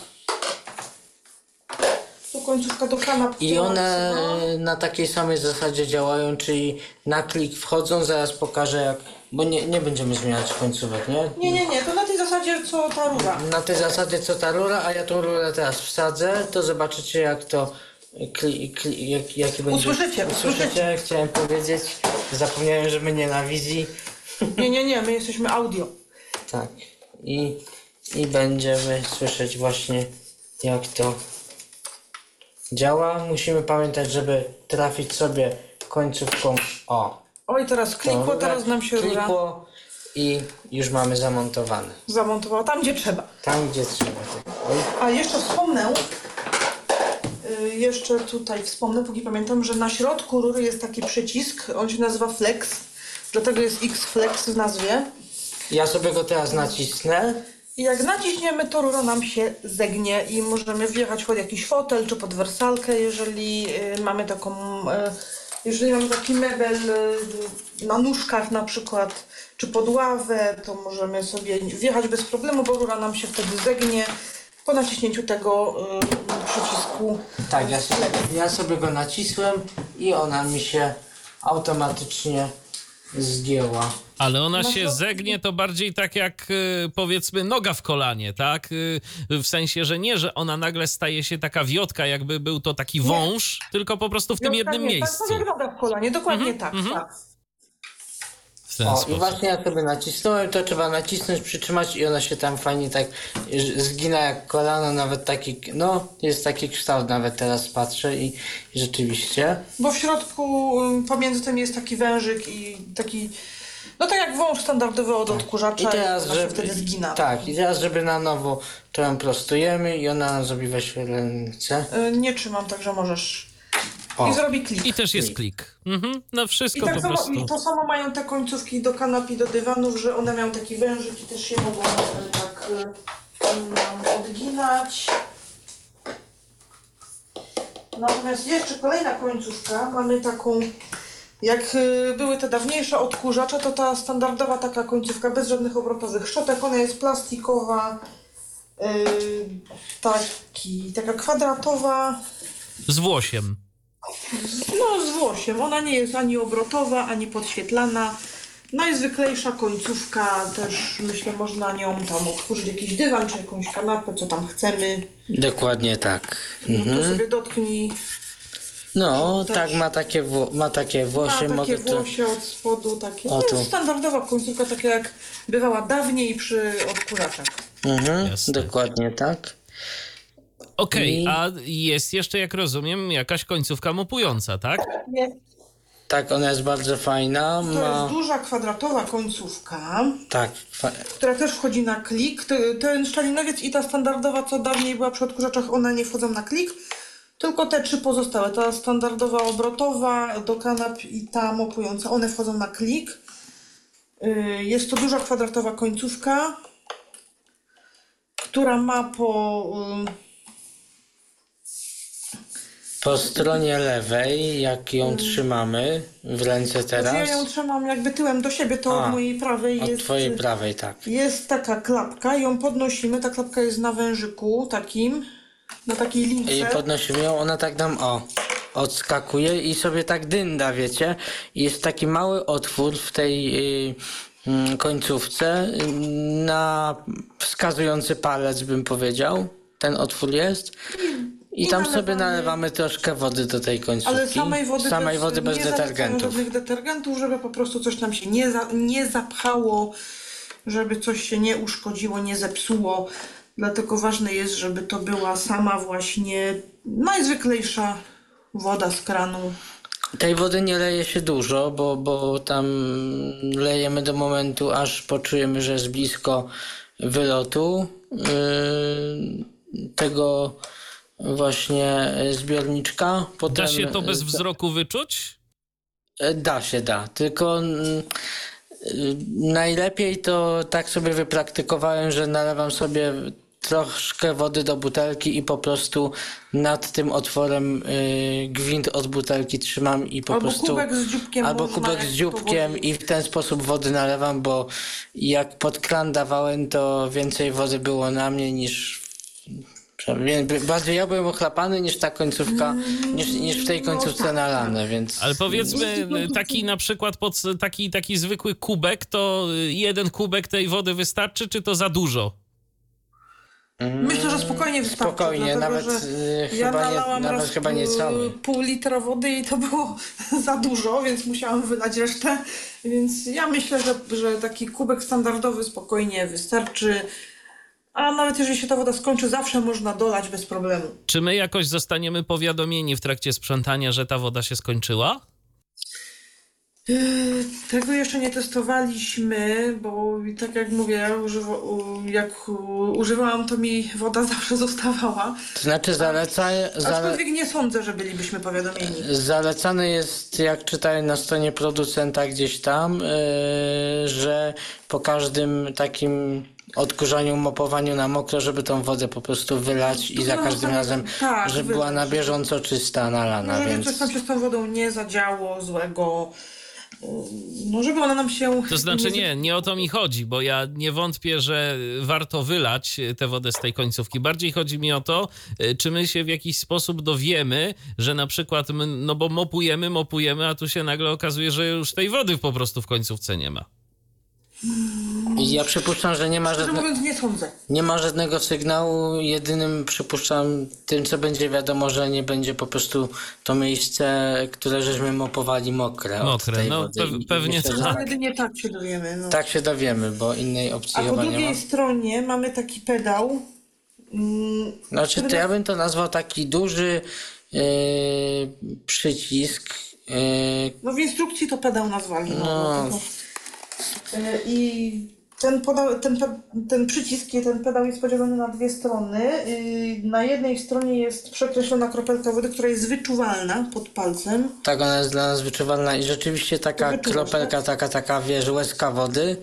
S3: Tu końcówka do kanap.
S4: I one na takiej samej zasadzie działają, czyli na klik wchodzą, zaraz pokażę jak, bo nie będziemy zmieniać końcówek, nie?
S3: Nie, to na tej zasadzie co ta rura.
S4: Na tej zasadzie co ta rura, a ja tą rurę teraz wsadzę, to zobaczycie jak to, jaki będzie...
S3: Usłyszycie.
S4: Chciałem powiedzieć, zapomniałem, że my nie na wizji.
S3: Nie, my jesteśmy audio.
S4: Tak. I będziemy słyszeć właśnie jak to działa. Musimy pamiętać, żeby trafić sobie końcówką
S3: Oj, teraz klikło,
S4: rurę.
S3: teraz nam się rura
S4: Klikło i już mamy zamontowane.
S3: zamontowała tam, gdzie trzeba.
S4: Tam gdzie trzeba. Tak. Oj.
S3: A jeszcze wspomnę, póki pamiętam, że na środku rury jest taki przycisk, on się nazywa Flex, dlatego jest X-Flex w nazwie.
S4: Ja sobie go teraz nacisnę.
S3: I jak naciśniemy, to rura nam się zegnie i możemy wjechać pod jakiś fotel czy pod wersalkę, jeżeli mamy taki mebel na nóżkach na przykład, czy pod ławę, to możemy sobie wjechać bez problemu, bo rura nam się wtedy zegnie po naciśnięciu tego przycisku.
S4: Tak, ja sobie go nacisłem i ona mi się automatycznie zgięła.
S2: Ale ona się zegnie to bardziej tak jak powiedzmy noga w kolanie, tak? W sensie, że nie, że ona nagle staje się taka wiotka, jakby był to taki wąż, tylko po prostu w tym jednym miejscu.
S3: Tak, noga w kolanie, dokładnie tak.
S2: W ten
S4: I
S2: sposób.
S4: właśnie ja sobie nacisnąłem, to trzeba nacisnąć, przytrzymać i ona się tam fajnie tak zgina jak kolano, nawet taki, no jest taki kształt, nawet teraz patrzę i rzeczywiście.
S3: Bo w środku pomiędzy tym jest taki wężyk i taki, no tak jak wąż standardowy od odkurzacza
S4: I teraz,
S3: ona się wtedy zgina.
S4: Tak, i teraz, żeby na nowo to ją prostujemy i ona nam zrobi weź ręce.
S3: Nie trzymam, także możesz.
S4: O.
S3: I zrobi klik.
S2: I też jest klik. No
S3: I
S2: wszystko
S3: tak
S2: po
S3: samo,
S2: prostu.
S3: i to samo mają te końcówki do kanap i do dywanów, że one mają taki wężyk i też się mogą tak odginać. Natomiast jeszcze kolejna końcówka, mamy taką, jak były te dawniejsze odkurzacze, to ta standardowa taka końcówka bez żadnych obrotowych szczotek, ona jest plastikowa, taka kwadratowa.
S2: Z włosiem.
S3: No z włosiem, ona nie jest ani obrotowa, ani podświetlana. Najzwyklejsza końcówka, też myślę można nią tam otworzyć jakiś dywan, czy jakąś kanapę, co tam chcemy.
S4: Dokładnie tak.
S3: No to sobie dotknij.
S4: No,
S3: Też.
S4: tak, ma takie włosie.
S3: Ma takie
S4: mogę to...
S3: włosie od spodu, takie.
S4: O,
S3: To
S4: tu.
S3: jest standardowa końcówka, taka jak bywała dawniej przy odkurzaczach.
S2: Jasne.
S4: Dokładnie tak.
S2: Okej,
S4: I-
S2: a jest jeszcze, jak rozumiem, jakaś końcówka mopująca, tak?
S3: Nie.
S4: Tak, ona jest bardzo fajna.
S3: To jest duża kwadratowa końcówka,
S4: Tak,
S3: która też wchodzi na klik. Ten szczelinowiec i ta standardowa, co dawniej była przy odkurzaczach, one nie wchodzą na klik. Tylko te 3 pozostałe, ta standardowa obrotowa do kanap i ta mopująca, one wchodzą na klik. Jest to duża kwadratowa końcówka, która ma
S4: Po stronie lewej, jak ją trzymamy w ręce teraz,
S3: ja ją trzymam jakby tyłem do siebie, to od mojej prawej
S4: od
S3: jest...
S4: twojej prawej, tak.
S3: Jest taka klapka, ją podnosimy, ta klapka jest na wężyku takim, na takiej lince.
S4: I podnosimy ją, ona tak nam odskakuje i sobie tak dynda, wiecie. I jest taki mały otwór w tej końcówce na wskazujący palec, bym powiedział. Ten otwór jest. I tam sobie nalewamy troszkę wody do tej końcówki.
S3: Ale samej wody
S4: bez
S3: nie
S4: detergentów.
S3: żadnych detergentów, żeby po prostu coś nam się nie zapchało, żeby coś się nie uszkodziło, nie zepsuło. Dlatego ważne jest, żeby to była sama właśnie najzwyklejsza woda z kranu.
S4: Tej wody nie leje się dużo, bo tam lejemy do momentu, aż poczujemy, że jest blisko wylotu tego właśnie zbiorniczka. Potem,
S2: Da się to bez wzroku wyczuć?
S4: Da. Tylko najlepiej to tak sobie wypraktykowałem, że nalewam sobie troszkę wody do butelki i po prostu nad tym otworem gwint od butelki trzymam i po prostu...
S3: Kubek z dzióbkiem.
S4: Albo kubek z dzióbkiem i w ten sposób wody nalewam, bo jak pod kran dawałem, to więcej wody było na mnie niż... Bardziej ja byłem ochlapany niż ta końcówka, niż w tej końcówce nalane, więc...
S2: Ale powiedzmy, taki na przykład taki zwykły kubek, to 1 kubek tej wody wystarczy, czy to za dużo?
S3: Myślę, że spokojnie wystarczy.
S4: Spokojnie,
S3: dlatego,
S4: nawet chyba nie cały.
S3: Pół litra wody i to było za dużo, więc musiałam wylać resztę. Więc ja myślę, że taki kubek standardowy spokojnie wystarczy. A nawet jeżeli się ta woda skończy, zawsze można dolać bez problemu.
S2: Czy my jakoś zostaniemy powiadomieni w trakcie sprzątania, że ta woda się skończyła?
S3: Tego jeszcze nie testowaliśmy, bo tak jak mówię, jak używałam, to mi woda zawsze zostawała.
S4: To znaczy
S3: Aczkolwiek nie sądzę, że bylibyśmy powiadomieni.
S4: zalecane jest, jak czytałem na stronie producenta gdzieś tam, że po każdym takim odkurzaniu, mopowaniu na mokro, żeby tą wodę po prostu wylać i za każdym razem, żeby była na bieżąco czysta, nalana.
S3: Żeby
S4: więc...
S3: coś tam się z tą wodą nie zadziało złego. No, żeby ona nam się...
S2: To znaczy nie o to mi chodzi, bo ja nie wątpię, że warto wylać tę wodę z tej końcówki. Bardziej chodzi mi o to, czy my się w jakiś sposób dowiemy, że na przykład my, no bo mopujemy, a tu się nagle okazuje, że już tej wody po prostu w końcówce nie ma.
S4: Ja przypuszczam, że
S3: mówiąc, nie sądzę.
S4: nie ma żadnego sygnału. Jedynym przypuszczam tym, co będzie wiadomo, że nie będzie po prostu to miejsce, które żeśmy mopowali mokre od tej wody.
S2: Pewnie
S4: myślę,
S2: tak.
S3: Jedynie tak się dowiemy. No.
S4: Tak się dowiemy, bo innej opcji
S3: A
S4: chyba
S3: po
S4: nie ma.
S3: drugiej stronie mamy taki pedał.
S4: Znaczy, to ja bym to nazwał taki duży przycisk.
S3: No w instrukcji to pedał nazwali.
S4: No.
S3: I ten przycisk, ten pedał jest podzielony na 2 strony. Na jednej stronie jest przekreślona kropelka wody, która jest wyczuwalna pod palcem.
S4: Tak, ona jest dla nas wyczuwalna i rzeczywiście taka
S3: Wyczuwasz,
S4: kropelka, taka wiesz, łezka wody.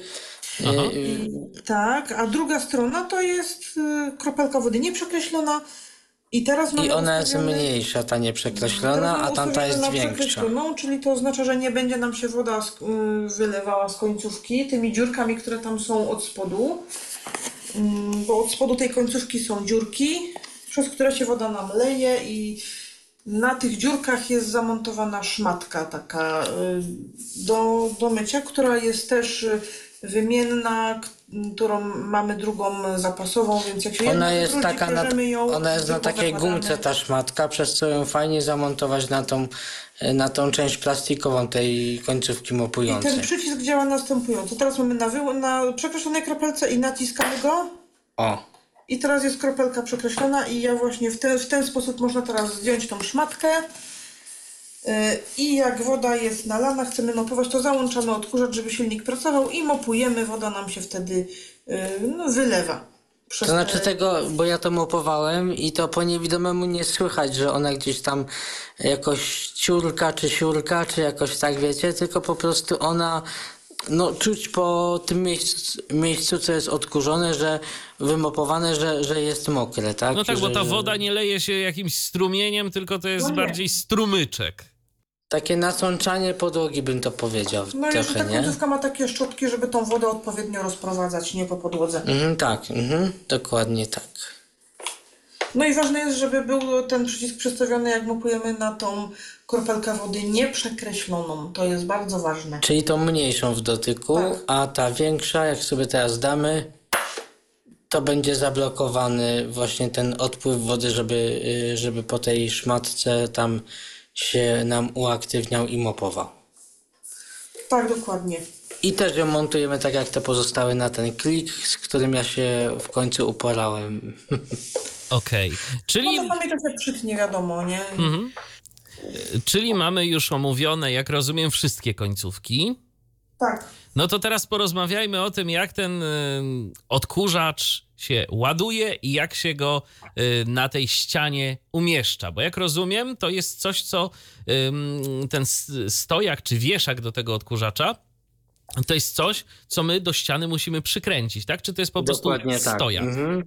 S3: Tak, a druga strona to jest kropelka wody nieprzekreślona. I teraz mamy
S4: ona jest mniejsza, ta nieprzekreślona, a tamta jest większa.
S3: Czyli to oznacza, że nie będzie nam się woda wylewała z końcówki tymi dziurkami, które tam są od spodu. Bo od spodu tej końcówki są dziurki, przez które się woda nam leje i na tych dziurkach jest zamontowana szmatka taka do mycia, która jest też wymienna, którą mamy drugą zapasową, więc jak się
S4: ona jest
S3: wróci,
S4: ona jest na takiej gumce ta szmatka, przez co ją fajnie zamontować na tą część plastikową tej końcówki mopującej.
S3: I ten przycisk działa następująco. Teraz mamy na przekreślonej kropelce i naciskamy go.
S4: O.
S3: I teraz jest kropelka przekreślona i ja właśnie w ten sposób można teraz zdjąć tą szmatkę. I jak woda jest nalana, chcemy mopować, to załączamy odkurzacz, żeby silnik pracował i mopujemy, woda nam się wtedy wylewa. przez
S4: To znaczy
S3: te...
S4: tego, bo ja to mopowałem i to po niewidomemu nie słychać, że ona gdzieś tam jakoś ciurka czy siurka, czy jakoś tak, wiecie, tylko po prostu ona, no czuć po tym miejscu co jest odkurzone, że wymopowane, że jest mokre, tak?
S2: No tak, bo ta
S4: że...
S2: woda nie leje się jakimś strumieniem, tylko to jest
S3: No nie.
S2: bardziej strumyczek.
S4: Takie nasączanie podłogi bym to powiedział
S3: No i że
S4: trochę,
S3: ta
S4: nie?
S3: końcówka ma takie szczotki, żeby tą wodę odpowiednio rozprowadzać, nie po podłodze.
S4: Tak, dokładnie tak.
S3: No i ważne jest, żeby był ten przycisk przestawiony, jak mopujemy, na tą kropelkę wody nieprzekreśloną. To jest bardzo ważne.
S4: Czyli tą mniejszą w dotyku,
S3: Tak.
S4: a ta większa, jak sobie teraz damy, to będzie zablokowany właśnie ten odpływ wody, żeby po tej szmatce tam się nam uaktywniał i mopował.
S3: Tak, dokładnie.
S4: I też ją montujemy tak jak te pozostałe na ten klik, z którym ja się w końcu uporałem.
S2: Okej. Czyli...
S3: No czasami to się przytnie, wiadomo, nie?
S2: Czyli mamy już omówione, jak rozumiem, wszystkie końcówki.
S3: Tak.
S2: No to teraz porozmawiajmy o tym, jak ten odkurzacz się ładuje i jak się go na tej ścianie umieszcza. Bo jak rozumiem, to jest coś, co ten stojak czy wieszak do tego odkurzacza, to jest coś, co my do ściany musimy przykręcić, tak? Czy to jest po prostu
S4: Dokładnie tak.
S2: stojak?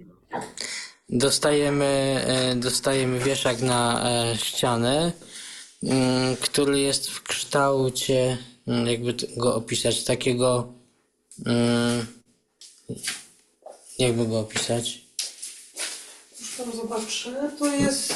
S4: Dostajemy wieszak na ścianę, który jest w kształcie, jakby go opisać, takiego, jakby go opisać?
S3: Już tam zobaczę. To jest...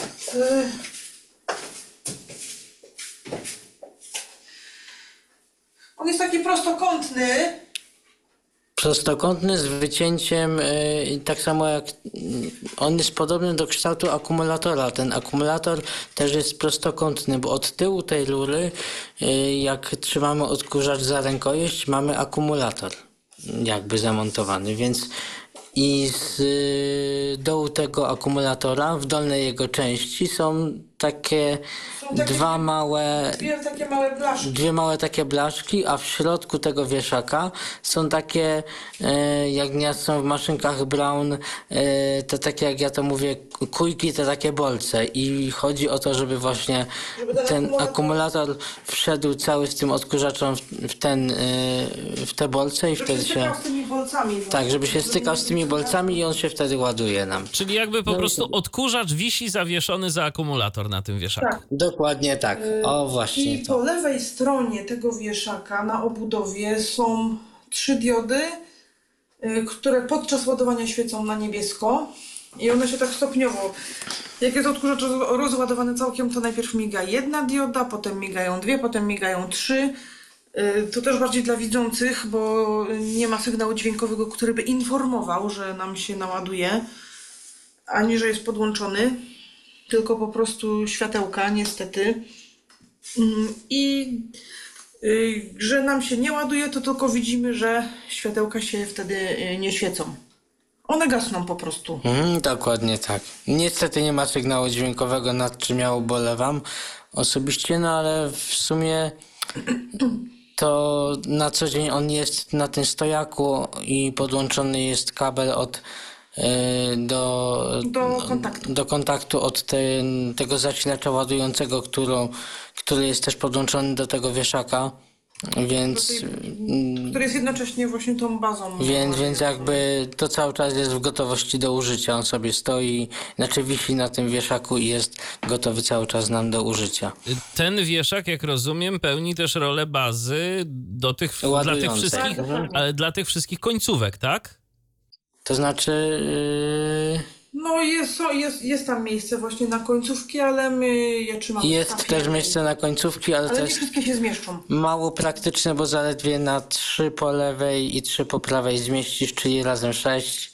S3: On jest taki prostokątny.
S4: Prostokątny z wycięciem, tak samo jak on jest podobny do kształtu akumulatora. Ten akumulator też jest prostokątny, bo od tyłu tej rury, jak trzymamy odkurzacz za rękojeść, mamy akumulator jakby zamontowany, więc i z dołu tego akumulatora, w dolnej jego części są takie dwie małe takie blaszki, a w środku tego wieszaka są takie, jak nieraz są w maszynkach Brown, te takie, jak ja to mówię, kujki, te takie bolce. I chodzi o to, żeby właśnie ten akumulator wszedł cały z tym odkurzaczem w te bolce i wtedy się...
S3: z tymi bolcami.
S4: Tak, żeby się stykał z tymi bolcami i on się wtedy ładuje nam.
S2: Czyli jakby po prostu odkurzacz wisi zawieszony za akumulator na tym wieszaku.
S3: Tak.
S4: Dokładnie tak. O, właśnie
S3: I
S4: to.
S3: po lewej stronie tego wieszaka na obudowie są 3 diody, które podczas ładowania świecą na niebiesko. I one się tak stopniowo, jak jest odkurzacz rozładowany całkiem, to najpierw miga 1 dioda, potem migają 2, potem migają 3. To też bardziej dla widzących, bo nie ma sygnału dźwiękowego, który by informował, że nam się naładuje, ani że jest podłączony, tylko po prostu światełka, niestety. I że nam się nie ładuje, to tylko widzimy, że światełka się wtedy nie świecą. One gasną po prostu.
S4: Dokładnie tak. Niestety nie ma sygnału dźwiękowego, nad czym ja ubolewam osobiście, no ale w sumie to na co dzień on jest na tym stojaku i podłączony jest kabel do kontaktu od tego zasilacza ładującego, który jest też podłączony do tego wieszaka, więc
S3: Który jest jednocześnie właśnie tą bazą.
S4: więc jakby to cały czas jest w gotowości do użycia. On sobie stoi, znaczy wisi na tym wieszaku i jest gotowy cały czas nam do użycia.
S2: Ten wieszak, jak rozumiem, pełni też rolę bazy dla tych wszystkich końcówek, tak?
S4: To znaczy...
S3: No jest tam miejsce właśnie na końcówki, ale my je trzymamy.
S4: Jest też miejsce na końcówki, ale to
S3: nie
S4: jest
S3: wszystkie się zmieszczą.
S4: mało praktyczne, bo zaledwie na 3 po lewej i 3 po prawej zmieścisz, czyli razem 6.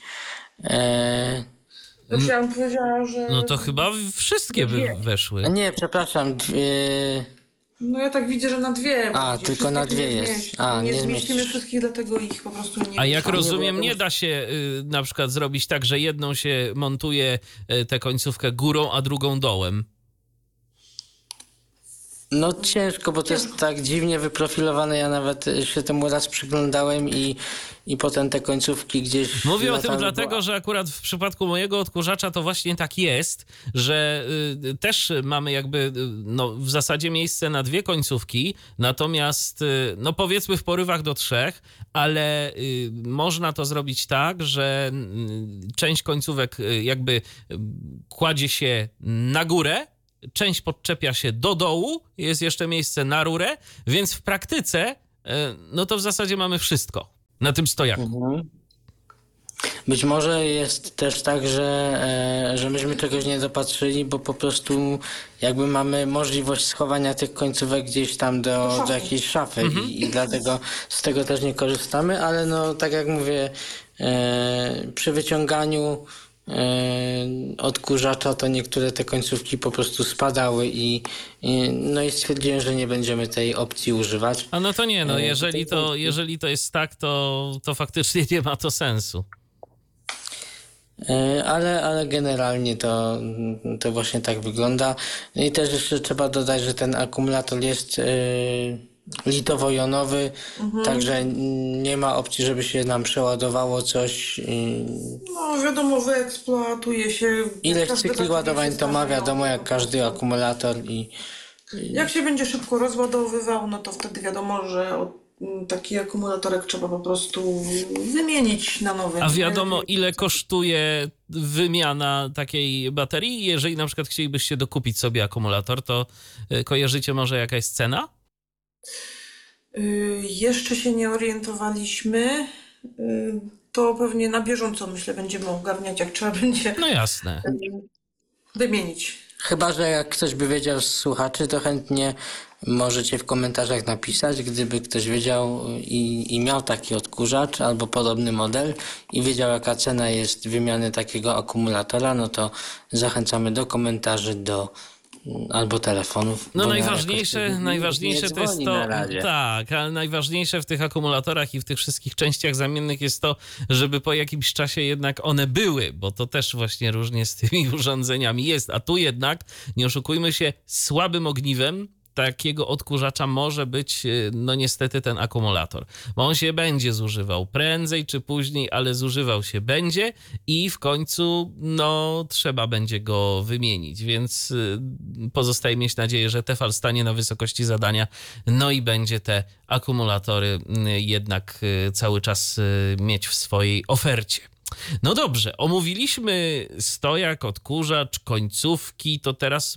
S3: Ja bym powiedziała, że...
S2: No to chyba wszystkie by weszły.
S4: Nie, przepraszam.
S3: No ja tak widzę, że na 2.
S4: Tylko na 2 jest.
S3: Nie
S4: nie
S3: zmieścimy
S4: zmieścisz.
S3: wszystkich, dlatego ich po prostu nie...
S2: A jak rozumiem, nie da się na przykład zrobić tak, że jedną się montuje tę końcówkę górą, a drugą dołem.
S4: No ciężko, bo to jest tak dziwnie wyprofilowane. Ja nawet się temu raz przyglądałem i potem te końcówki gdzieś
S2: Mówię o tym
S4: latały,
S2: dlatego, że akurat w przypadku mojego odkurzacza to właśnie tak jest, że też mamy jakby no, w zasadzie miejsce na 2 końcówki, natomiast no powiedzmy w porywach do 3, ale można to zrobić tak, że część końcówek jakby kładzie się na górę, część podczepia się do dołu, jest jeszcze miejsce na rurę, więc w praktyce no to w zasadzie mamy wszystko na tym stojaku.
S4: Mhm. Być może jest też tak, że myśmy czegoś nie dopatrzyli, bo po prostu jakby mamy możliwość schowania tych końcówek gdzieś tam do jakiejś szafy i dlatego z tego też nie korzystamy, ale no tak jak mówię, przy wyciąganiu odkurzacza to niektóre te końcówki po prostu spadały no i stwierdziłem, że nie będziemy tej opcji używać.
S2: A no to nie, no jeżeli to jest tak, to faktycznie nie ma to sensu.
S4: Ale generalnie to właśnie tak wygląda. I też jeszcze trzeba dodać, że ten akumulator jest litowo-jonowy, także nie ma opcji, żeby się nam przeładowało coś.
S3: No wiadomo, wyeksploatuje się.
S4: Ileś
S3: Każdy
S4: cykli
S3: taki
S4: ładowań to ma,
S3: przestawiał.
S4: wiadomo, jak każdy akumulator
S3: Jak się będzie szybko rozładowywał, no to wtedy wiadomo, że taki akumulatorek trzeba po prostu wymienić na nowy.
S2: A wiadomo, ile kosztuje wymiana takiej baterii? Jeżeli na przykład chcielibyście dokupić sobie akumulator, to kojarzycie może jaka jest cena?
S3: Jeszcze się nie orientowaliśmy. To pewnie na bieżąco, myślę, będziemy ogarniać, jak trzeba będzie
S2: No jasne.
S3: wymienić.
S4: Chyba że jak ktoś by wiedział z słuchaczy, to chętnie możecie w komentarzach napisać, gdyby ktoś wiedział i miał taki odkurzacz albo podobny model i wiedział, jaka cena jest wymiany takiego akumulatora, no to zachęcamy do komentarzy, albo telefonów.
S2: No
S4: bo
S2: najważniejsze
S4: nie
S2: to jest
S4: dzwoni
S2: to,
S4: na razie.
S2: tak, ale najważniejsze w tych akumulatorach i w tych wszystkich częściach zamiennych jest to, żeby po jakimś czasie jednak one były, bo to też właśnie różnie z tymi urządzeniami jest, a tu jednak, nie oszukujmy się, słabym ogniwem takiego odkurzacza może być, no niestety, ten akumulator. Bo on się będzie zużywał prędzej czy później, ale zużywał się będzie i w końcu, no, trzeba będzie go wymienić. Więc pozostaje mieć nadzieję, że Tefal stanie na wysokości zadania, no i będzie te akumulatory jednak cały czas mieć w swojej ofercie. No dobrze, omówiliśmy stojak, odkurzacz, końcówki, to teraz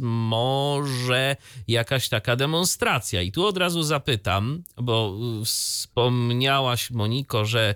S2: może jakaś taka demonstracja. I tu od razu zapytam, bo wspomniałaś, Moniko, że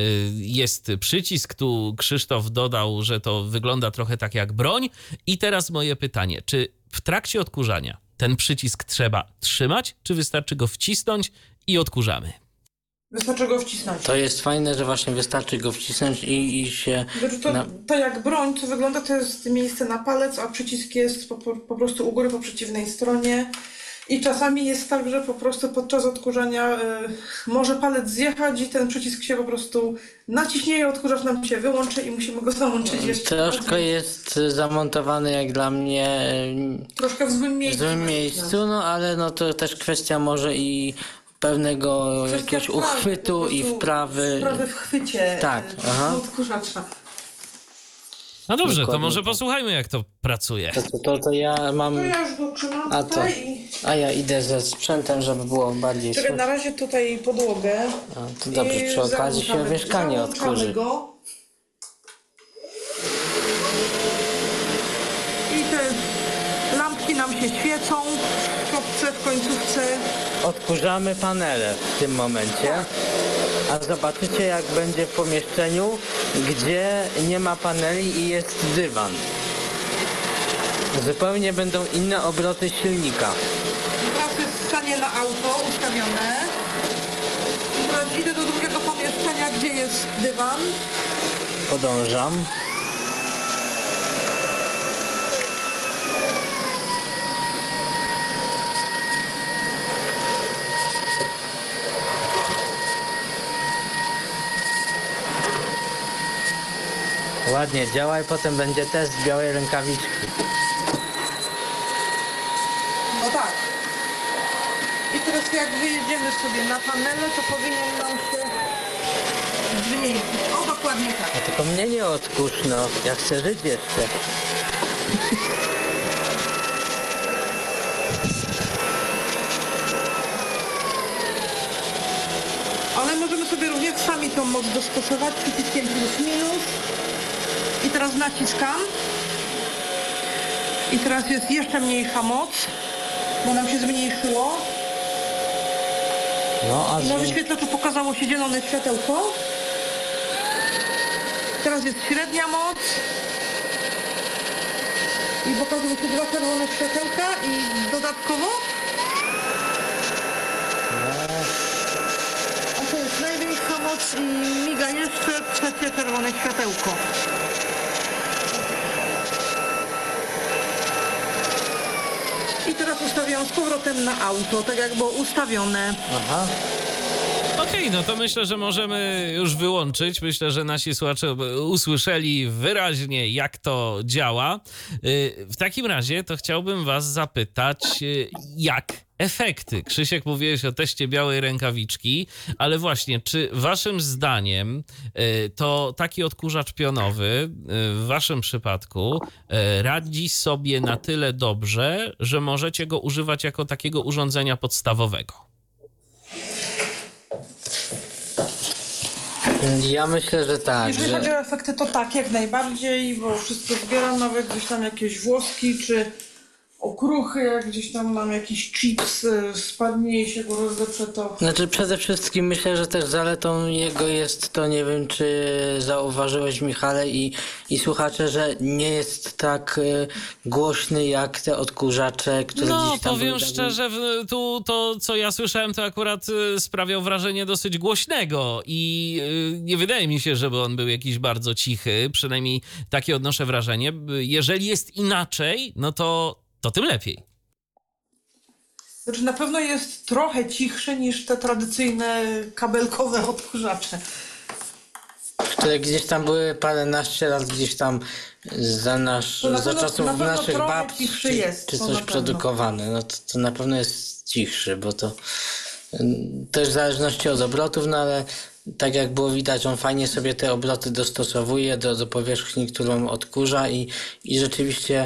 S2: jest przycisk, tu Krzysztof dodał, że to wygląda trochę tak jak broń. I teraz moje pytanie, czy w trakcie odkurzania ten przycisk trzeba trzymać, czy wystarczy go wcisnąć i odkurzamy?
S3: Wystarczy go wcisnąć.
S4: To jest fajne, że właśnie wystarczy go wcisnąć i się...
S3: To jak broń, co wygląda, to jest miejsce na palec, a przycisk jest po prostu u góry po przeciwnej stronie. I czasami jest tak, że po prostu podczas odkurzania może palec zjechać i ten przycisk się po prostu naciśnie i odkurzacz nam się wyłączy i musimy go załączyć jeszcze.
S4: Troszkę jest zamontowany jak dla mnie
S3: Troszkę w złym
S4: w
S3: miejscu.
S4: złym miejscu, no ale no to też kwestia może i pewnego jakiegoś uchwytu i wprawy.
S3: Wprawy w chwycie odkurzacza.
S2: No dobrze,
S4: Dokładnie.
S2: to może posłuchajmy, jak to pracuje.
S4: To ja mam...
S3: To ja już go trzymam
S4: A
S3: tutaj
S4: a ja idę ze sprzętem, żeby było bardziej
S3: Czekaj, na razie tutaj podłogę.
S4: A, to dobrze, przy okazji się mieszkanie odkurzy.
S3: Go. I te lampki nam się świecą w kropce, w końcówce.
S4: Odkurzamy panele w tym momencie, a zobaczycie, jak będzie w pomieszczeniu, gdzie nie ma paneli i jest dywan. Zupełnie będą inne obroty silnika.
S3: Teraz jest stanie na auto ustawione. Teraz idę do drugiego pomieszczenia, gdzie jest dywan.
S4: Podążam. Ładnie działa i potem będzie test białej rękawiczki.
S3: No tak. więc jak wyjedziemy sobie na panele, to powinien nam się zmniejszyć. O, dokładnie tak.
S4: A tylko mnie nie odkurz, no. Ja chcę żyć jeszcze.
S3: Ale możemy sobie również sami tą moc dostosować przyciskiem plus minus. I teraz naciskam. I teraz jest jeszcze mniejsza moc, bo nam się zmniejszyło.
S4: No, a
S3: I na wyświetlaczu pokazało się zielone światełko. Teraz jest średnia moc. I pokazują się 2 czerwone światełka i dodatkowo. A to jest największa moc i miga jeszcze 3 czerwone światełko. I teraz ustawiam z powrotem na auto, tak jak było ustawione.
S4: aha.
S2: Okej, no to myślę, że możemy już wyłączyć. Myślę, że nasi słuchacze usłyszeli wyraźnie, jak to działa. W takim razie to chciałbym was zapytać, jak efekty? Krzysiek, mówiłeś o teście białej rękawiczki, ale właśnie, czy waszym zdaniem to taki odkurzacz pionowy w waszym przypadku radzi sobie na tyle dobrze, że możecie go używać jako takiego urządzenia podstawowego?
S4: Ja myślę, że tak,
S3: Jeżeli chodzi
S4: że...
S3: o efekty, to tak, jak najbardziej, bo wszystko zbieram, nawet gdzieś tam jakieś włoski, czy okruchy, jak gdzieś tam mam jakiś chips, spadnie i się go rozleprze, to...
S4: Znaczy przede wszystkim myślę, że też zaletą jego jest to, nie wiem czy zauważyłeś, Michale, i słuchacze, że nie jest tak głośny jak te odkurzacze, które
S2: No,
S4: gdzieś tam
S2: powiem
S4: były
S2: szczerze, tu to, co ja słyszałem, to akurat sprawiał wrażenie dosyć głośnego i nie wydaje mi się, żeby on był jakiś bardzo cichy, przynajmniej takie odnoszę wrażenie. Jeżeli jest inaczej, no to tym lepiej.
S3: Znaczy na pewno jest trochę cichszy niż te tradycyjne kabelkowe odkurzacze.
S4: które gdzieś tam były paręnaście lat gdzieś tam
S3: To na
S4: za
S3: pewno-
S4: czasów
S3: na pewno
S4: naszych
S3: trochę
S4: babci
S3: cichszy jest,
S4: czy
S3: to
S4: coś
S3: na pewno.
S4: produkowane. No to na pewno jest cichszy, bo to też w zależności od obrotów, no ale tak jak było widać, on fajnie sobie te obroty dostosowuje do powierzchni, którą odkurza i rzeczywiście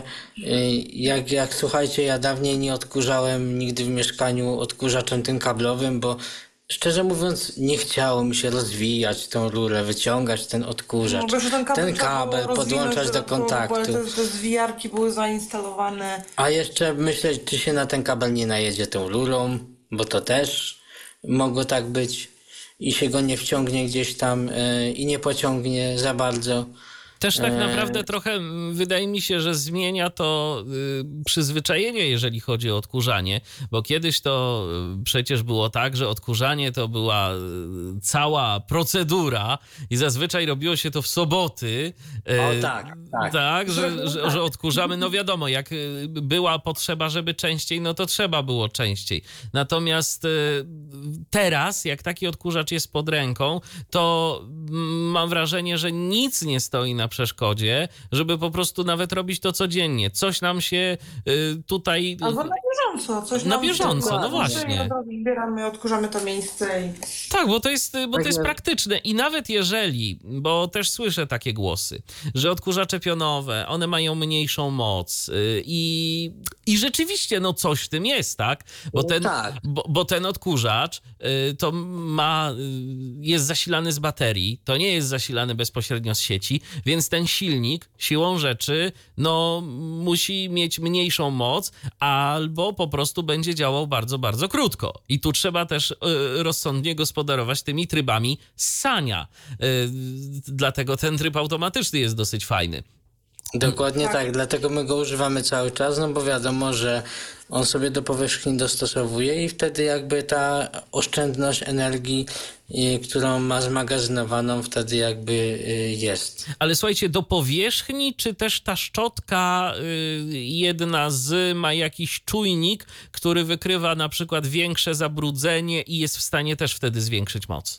S4: jak słuchajcie, ja dawniej nie odkurzałem nigdy w mieszkaniu odkurzaczem tym kablowym, bo szczerze mówiąc nie chciało mi się rozwijać tą rurę, wyciągać ten odkurzacz,
S3: bo że ten kabel, trzeba było rozwinąć
S4: podłączać do
S3: dodatkowo,
S4: kontaktu.
S3: Bo te zwijarki były zainstalowane.
S4: A jeszcze myślę, czy się na ten kabel nie najedzie tą rurą, bo to też mogło tak być i się go nie wciągnie gdzieś tam i nie pociągnie za bardzo.
S2: Też tak naprawdę trochę wydaje mi się, że zmienia to przyzwyczajenie, jeżeli chodzi o odkurzanie, bo kiedyś to przecież było tak, że odkurzanie to była cała procedura i zazwyczaj robiło się to w soboty.
S4: O tak.
S2: Tak, że odkurzamy, no wiadomo, jak była potrzeba, żeby częściej, no to trzeba było częściej. Natomiast teraz, jak taki odkurzacz jest pod ręką, to mam wrażenie, że nic nie stoi na przeszkodzie, żeby po prostu nawet robić to codziennie. Coś nam się tutaj...
S3: Albo na bieżąco. Coś
S2: Na
S3: nam
S2: bieżąco,
S3: się-
S2: no właśnie.
S3: Zbieramy, odkurzamy to miejsce i...
S2: Tak, bo to jest
S4: jest.
S2: praktyczne i nawet jeżeli, bo też słyszę takie głosy, że odkurzacze pionowe, one mają mniejszą moc i rzeczywiście, no coś w tym jest, tak? Bo
S4: No
S2: ten,
S4: tak.
S2: bo ten odkurzacz to jest zasilany z baterii, to nie jest zasilany bezpośrednio z sieci, więc ten silnik siłą rzeczy, no musi mieć mniejszą moc albo po prostu będzie działał bardzo, bardzo krótko. I tu trzeba też rozsądnie gospodarować tymi trybami ssania. Dlatego ten tryb automatyczny jest dosyć fajny.
S4: Dokładnie tak, dlatego my go używamy cały czas, no bo wiadomo, że on sobie do powierzchni dostosowuje i wtedy jakby ta oszczędność energii, którą ma zmagazynowaną, wtedy jakby jest.
S2: Ale słuchajcie, do powierzchni, czy też ta szczotka jedna ma jakiś czujnik, który wykrywa na przykład większe zabrudzenie i jest w stanie też wtedy zwiększyć moc?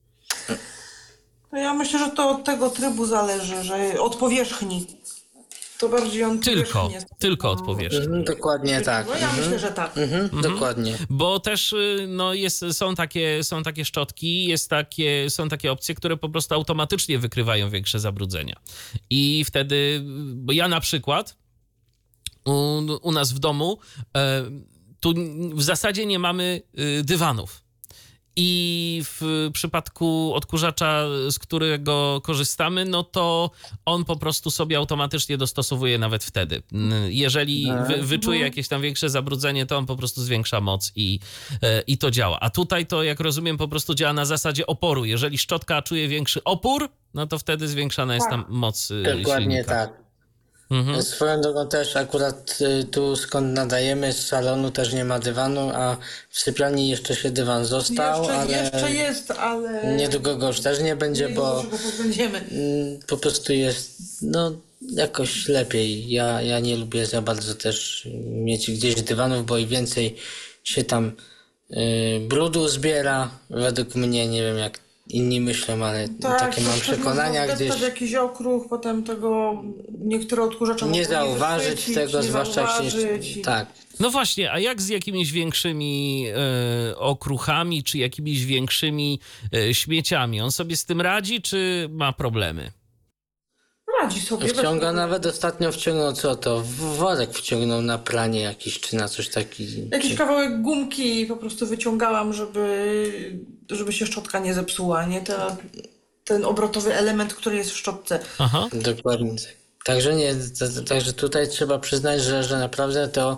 S3: To ja myślę, że to od tego trybu zależy, że od powierzchni. To bardziej on
S2: Tylko od powierzchni.
S4: Dokładnie tak.
S3: No ja myślę, że tak.
S4: Dokładnie.
S2: Bo też no są takie szczotki, są takie opcje, które po prostu automatycznie wykrywają większe zabrudzenia. I wtedy, bo ja na przykład u nas w domu tu w zasadzie nie mamy dywanów. I w przypadku odkurzacza, z którego korzystamy, no to on po prostu sobie automatycznie dostosowuje nawet wtedy. Jeżeli wyczuje jakieś tam większe zabrudzenie, to on po prostu zwiększa moc i to działa. A tutaj to, jak rozumiem, po prostu działa na zasadzie oporu. Jeżeli szczotka czuje większy opór, no to wtedy zwiększana jest tam moc
S4: Dokładnie
S2: silnika.
S4: tak. Swoją drogą też akurat tu skąd nadajemy z salonu też nie ma dywanu, a w sypialni jeszcze się dywan został,
S3: Jeszcze jest, ale...
S4: niedługo go już też nie będzie, bo
S3: go pozbędziemy.
S4: po prostu jest jakoś lepiej. Ja nie lubię za bardzo też mieć gdzieś dywanów, bo i więcej się tam brudu zbiera. Według mnie, nie wiem jak inni myślą, ale takie mam przekonania gdzieś.
S3: Tak, jakiś okruch, potem tego niektóre odkurzacze
S4: nie zauważyć tego, zwłaszcza jak się... Tak.
S2: No właśnie, a jak z jakimiś większymi okruchami, czy jakimiś większymi śmieciami? On sobie z tym radzi, czy ma problemy?
S3: Radzi sobie.
S4: Wciąga nawet ostatnio worek wciągnął na pranie jakiś, czy na coś takiego.
S3: Jakiś kawałek gumki po prostu wyciągałam, żeby się szczotka nie zepsuła, nie? Ten obrotowy element, który jest w szczotce.
S2: Aha.
S4: Dokładnie. Także tutaj trzeba przyznać, że naprawdę to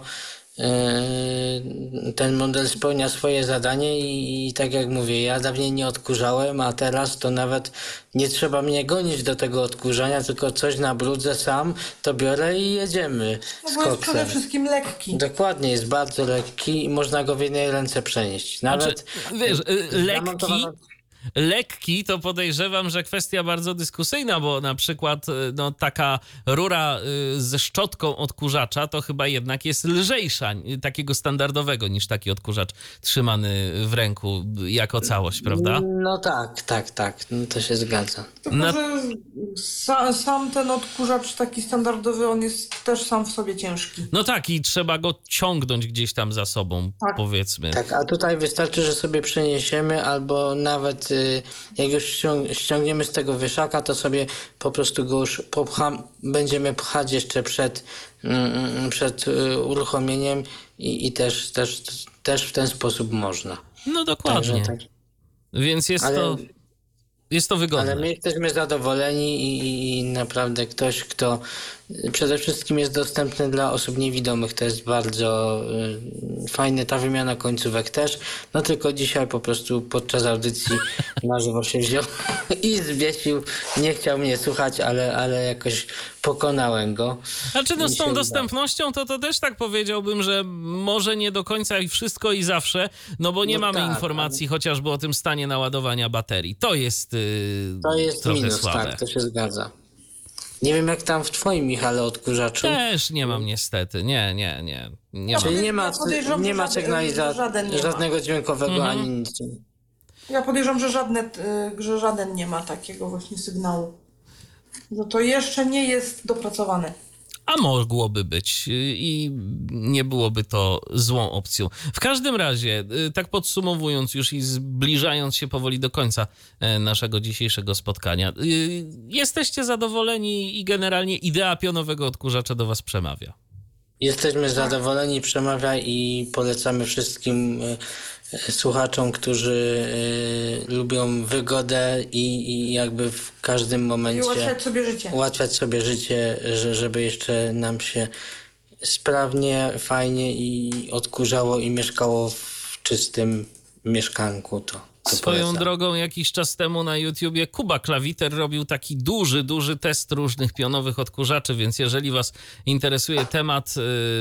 S4: ten model spełnia swoje zadanie i tak jak mówię, ja dawniej nie odkurzałem, a teraz to nawet nie trzeba mnie gonić do tego odkurzania, tylko coś nabrudzę sam, to biorę i jedziemy z
S3: bo jest przede
S4: koksem.
S3: wszystkim lekki.
S4: Dokładnie, jest bardzo lekki i można go w jednej ręce przenieść. Nawet
S2: wiesz, lekki to podejrzewam, że kwestia bardzo dyskusyjna, bo na przykład taka rura ze szczotką odkurzacza to chyba jednak jest lżejsza, takiego standardowego, niż taki odkurzacz trzymany w ręku jako całość, prawda?
S4: No tak, no to się zgadza.
S3: Tylko, że sam ten odkurzacz taki standardowy, on jest też sam w sobie ciężki.
S2: No tak, i trzeba go ciągnąć gdzieś tam za sobą, powiedzmy.
S4: Tak, a tutaj wystarczy, że sobie przeniesiemy, albo nawet jak już ściągniemy z tego wieszaka, to sobie po prostu go już będziemy pchać jeszcze przed uruchomieniem i też w ten sposób można.
S2: No dokładnie.
S4: Także,
S2: Więc jest to wygodne.
S4: Ale my jesteśmy zadowoleni i naprawdę ktoś, kto przede wszystkim jest dostępny dla osób niewidomych, to jest bardzo fajne, ta wymiana końcówek też, no tylko dzisiaj po prostu podczas audycji na żywo się wziął i zwiesił, nie chciał mnie słuchać, ale jakoś pokonałem go.
S2: Znaczy z tą dostępnością to też tak powiedziałbym, że może nie do końca i wszystko i zawsze, no bo nie mamy informacji chociażby o tym stanie naładowania baterii. To jest trochę
S4: minus,
S2: słabe.
S4: Tak, to się zgadza. Nie wiem jak tam w twoim, Michale, odkurzaczu.
S2: Też nie mam niestety, nie ma.
S4: Czyli nie ma żadnego dźwiękowego ani nic.
S3: Ja podejrzewam, że żaden nie ma takiego właśnie sygnału. Że to jeszcze nie jest dopracowane.
S2: A mogłoby być i nie byłoby to złą opcją. W każdym razie, tak podsumowując już i zbliżając się powoli do końca naszego dzisiejszego spotkania, jesteście zadowoleni i generalnie idea pionowego odkurzacza do was przemawia?
S4: Jesteśmy zadowoleni, przemawia i polecamy wszystkim słuchaczom, którzy lubią wygodę i jakby w każdym momencie ułatwiać sobie życie, żeby jeszcze nam się sprawnie, fajnie i odkurzało i mieszkało w czystym mieszkanku. To
S2: Swoją
S4: polecam.
S2: drogą jakiś czas temu na YouTubie Kuba Klawiter robił taki duży test różnych pionowych odkurzaczy, więc jeżeli was interesuje temat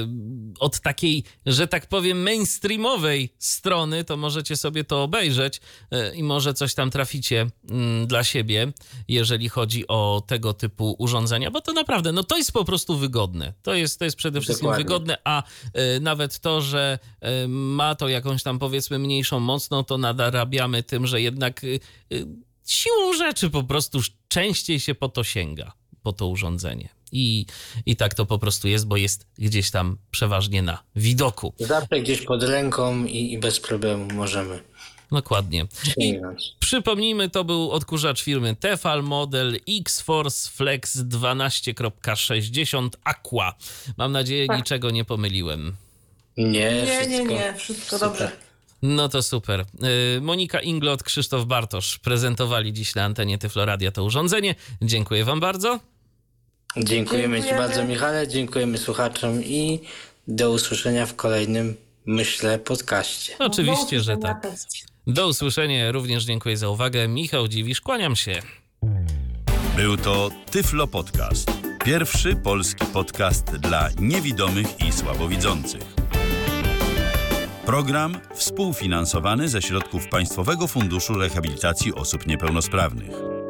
S2: od takiej, że tak powiem, mainstreamowej strony, to możecie sobie to obejrzeć i może coś tam traficie dla siebie, jeżeli chodzi o tego typu urządzenia, bo to naprawdę, no to jest po prostu wygodne. To jest przede wszystkim
S4: Dokładnie.
S2: wygodne, a nawet to, że ma to jakąś tam powiedzmy mniejszą moc, no to nadarabiamy tym, że jednak siłą rzeczy po prostu częściej się po to sięga, po to urządzenie. I tak to po prostu jest, bo jest gdzieś tam przeważnie na widoku.
S4: Zawsze gdzieś pod ręką i bez problemu możemy
S2: Dokładnie.
S4: sięgnąć.
S2: Przypomnijmy, to był odkurzacz firmy Tefal, model X-Force Flex 12.60 Aqua. Mam nadzieję, niczego nie pomyliłem.
S4: Nie,
S3: wszystko
S4: super.
S3: dobrze.
S2: No to super. Monika Inglot, Krzysztof Bartosz prezentowali dziś na antenie Tyflo Radia to urządzenie. Dziękuję wam bardzo.
S4: Dziękujemy Ci bardzo, Michale, dziękujemy słuchaczom i do usłyszenia w kolejnym, myślę, podcaście.
S2: Oczywiście, że tak. Do usłyszenia. Również dziękuję za uwagę. Michał Dziwisz, kłaniam się.
S1: Był to Tyflo Podcast. Pierwszy polski podcast dla niewidomych i słabowidzących. Program współfinansowany ze środków Państwowego Funduszu Rehabilitacji Osób Niepełnosprawnych.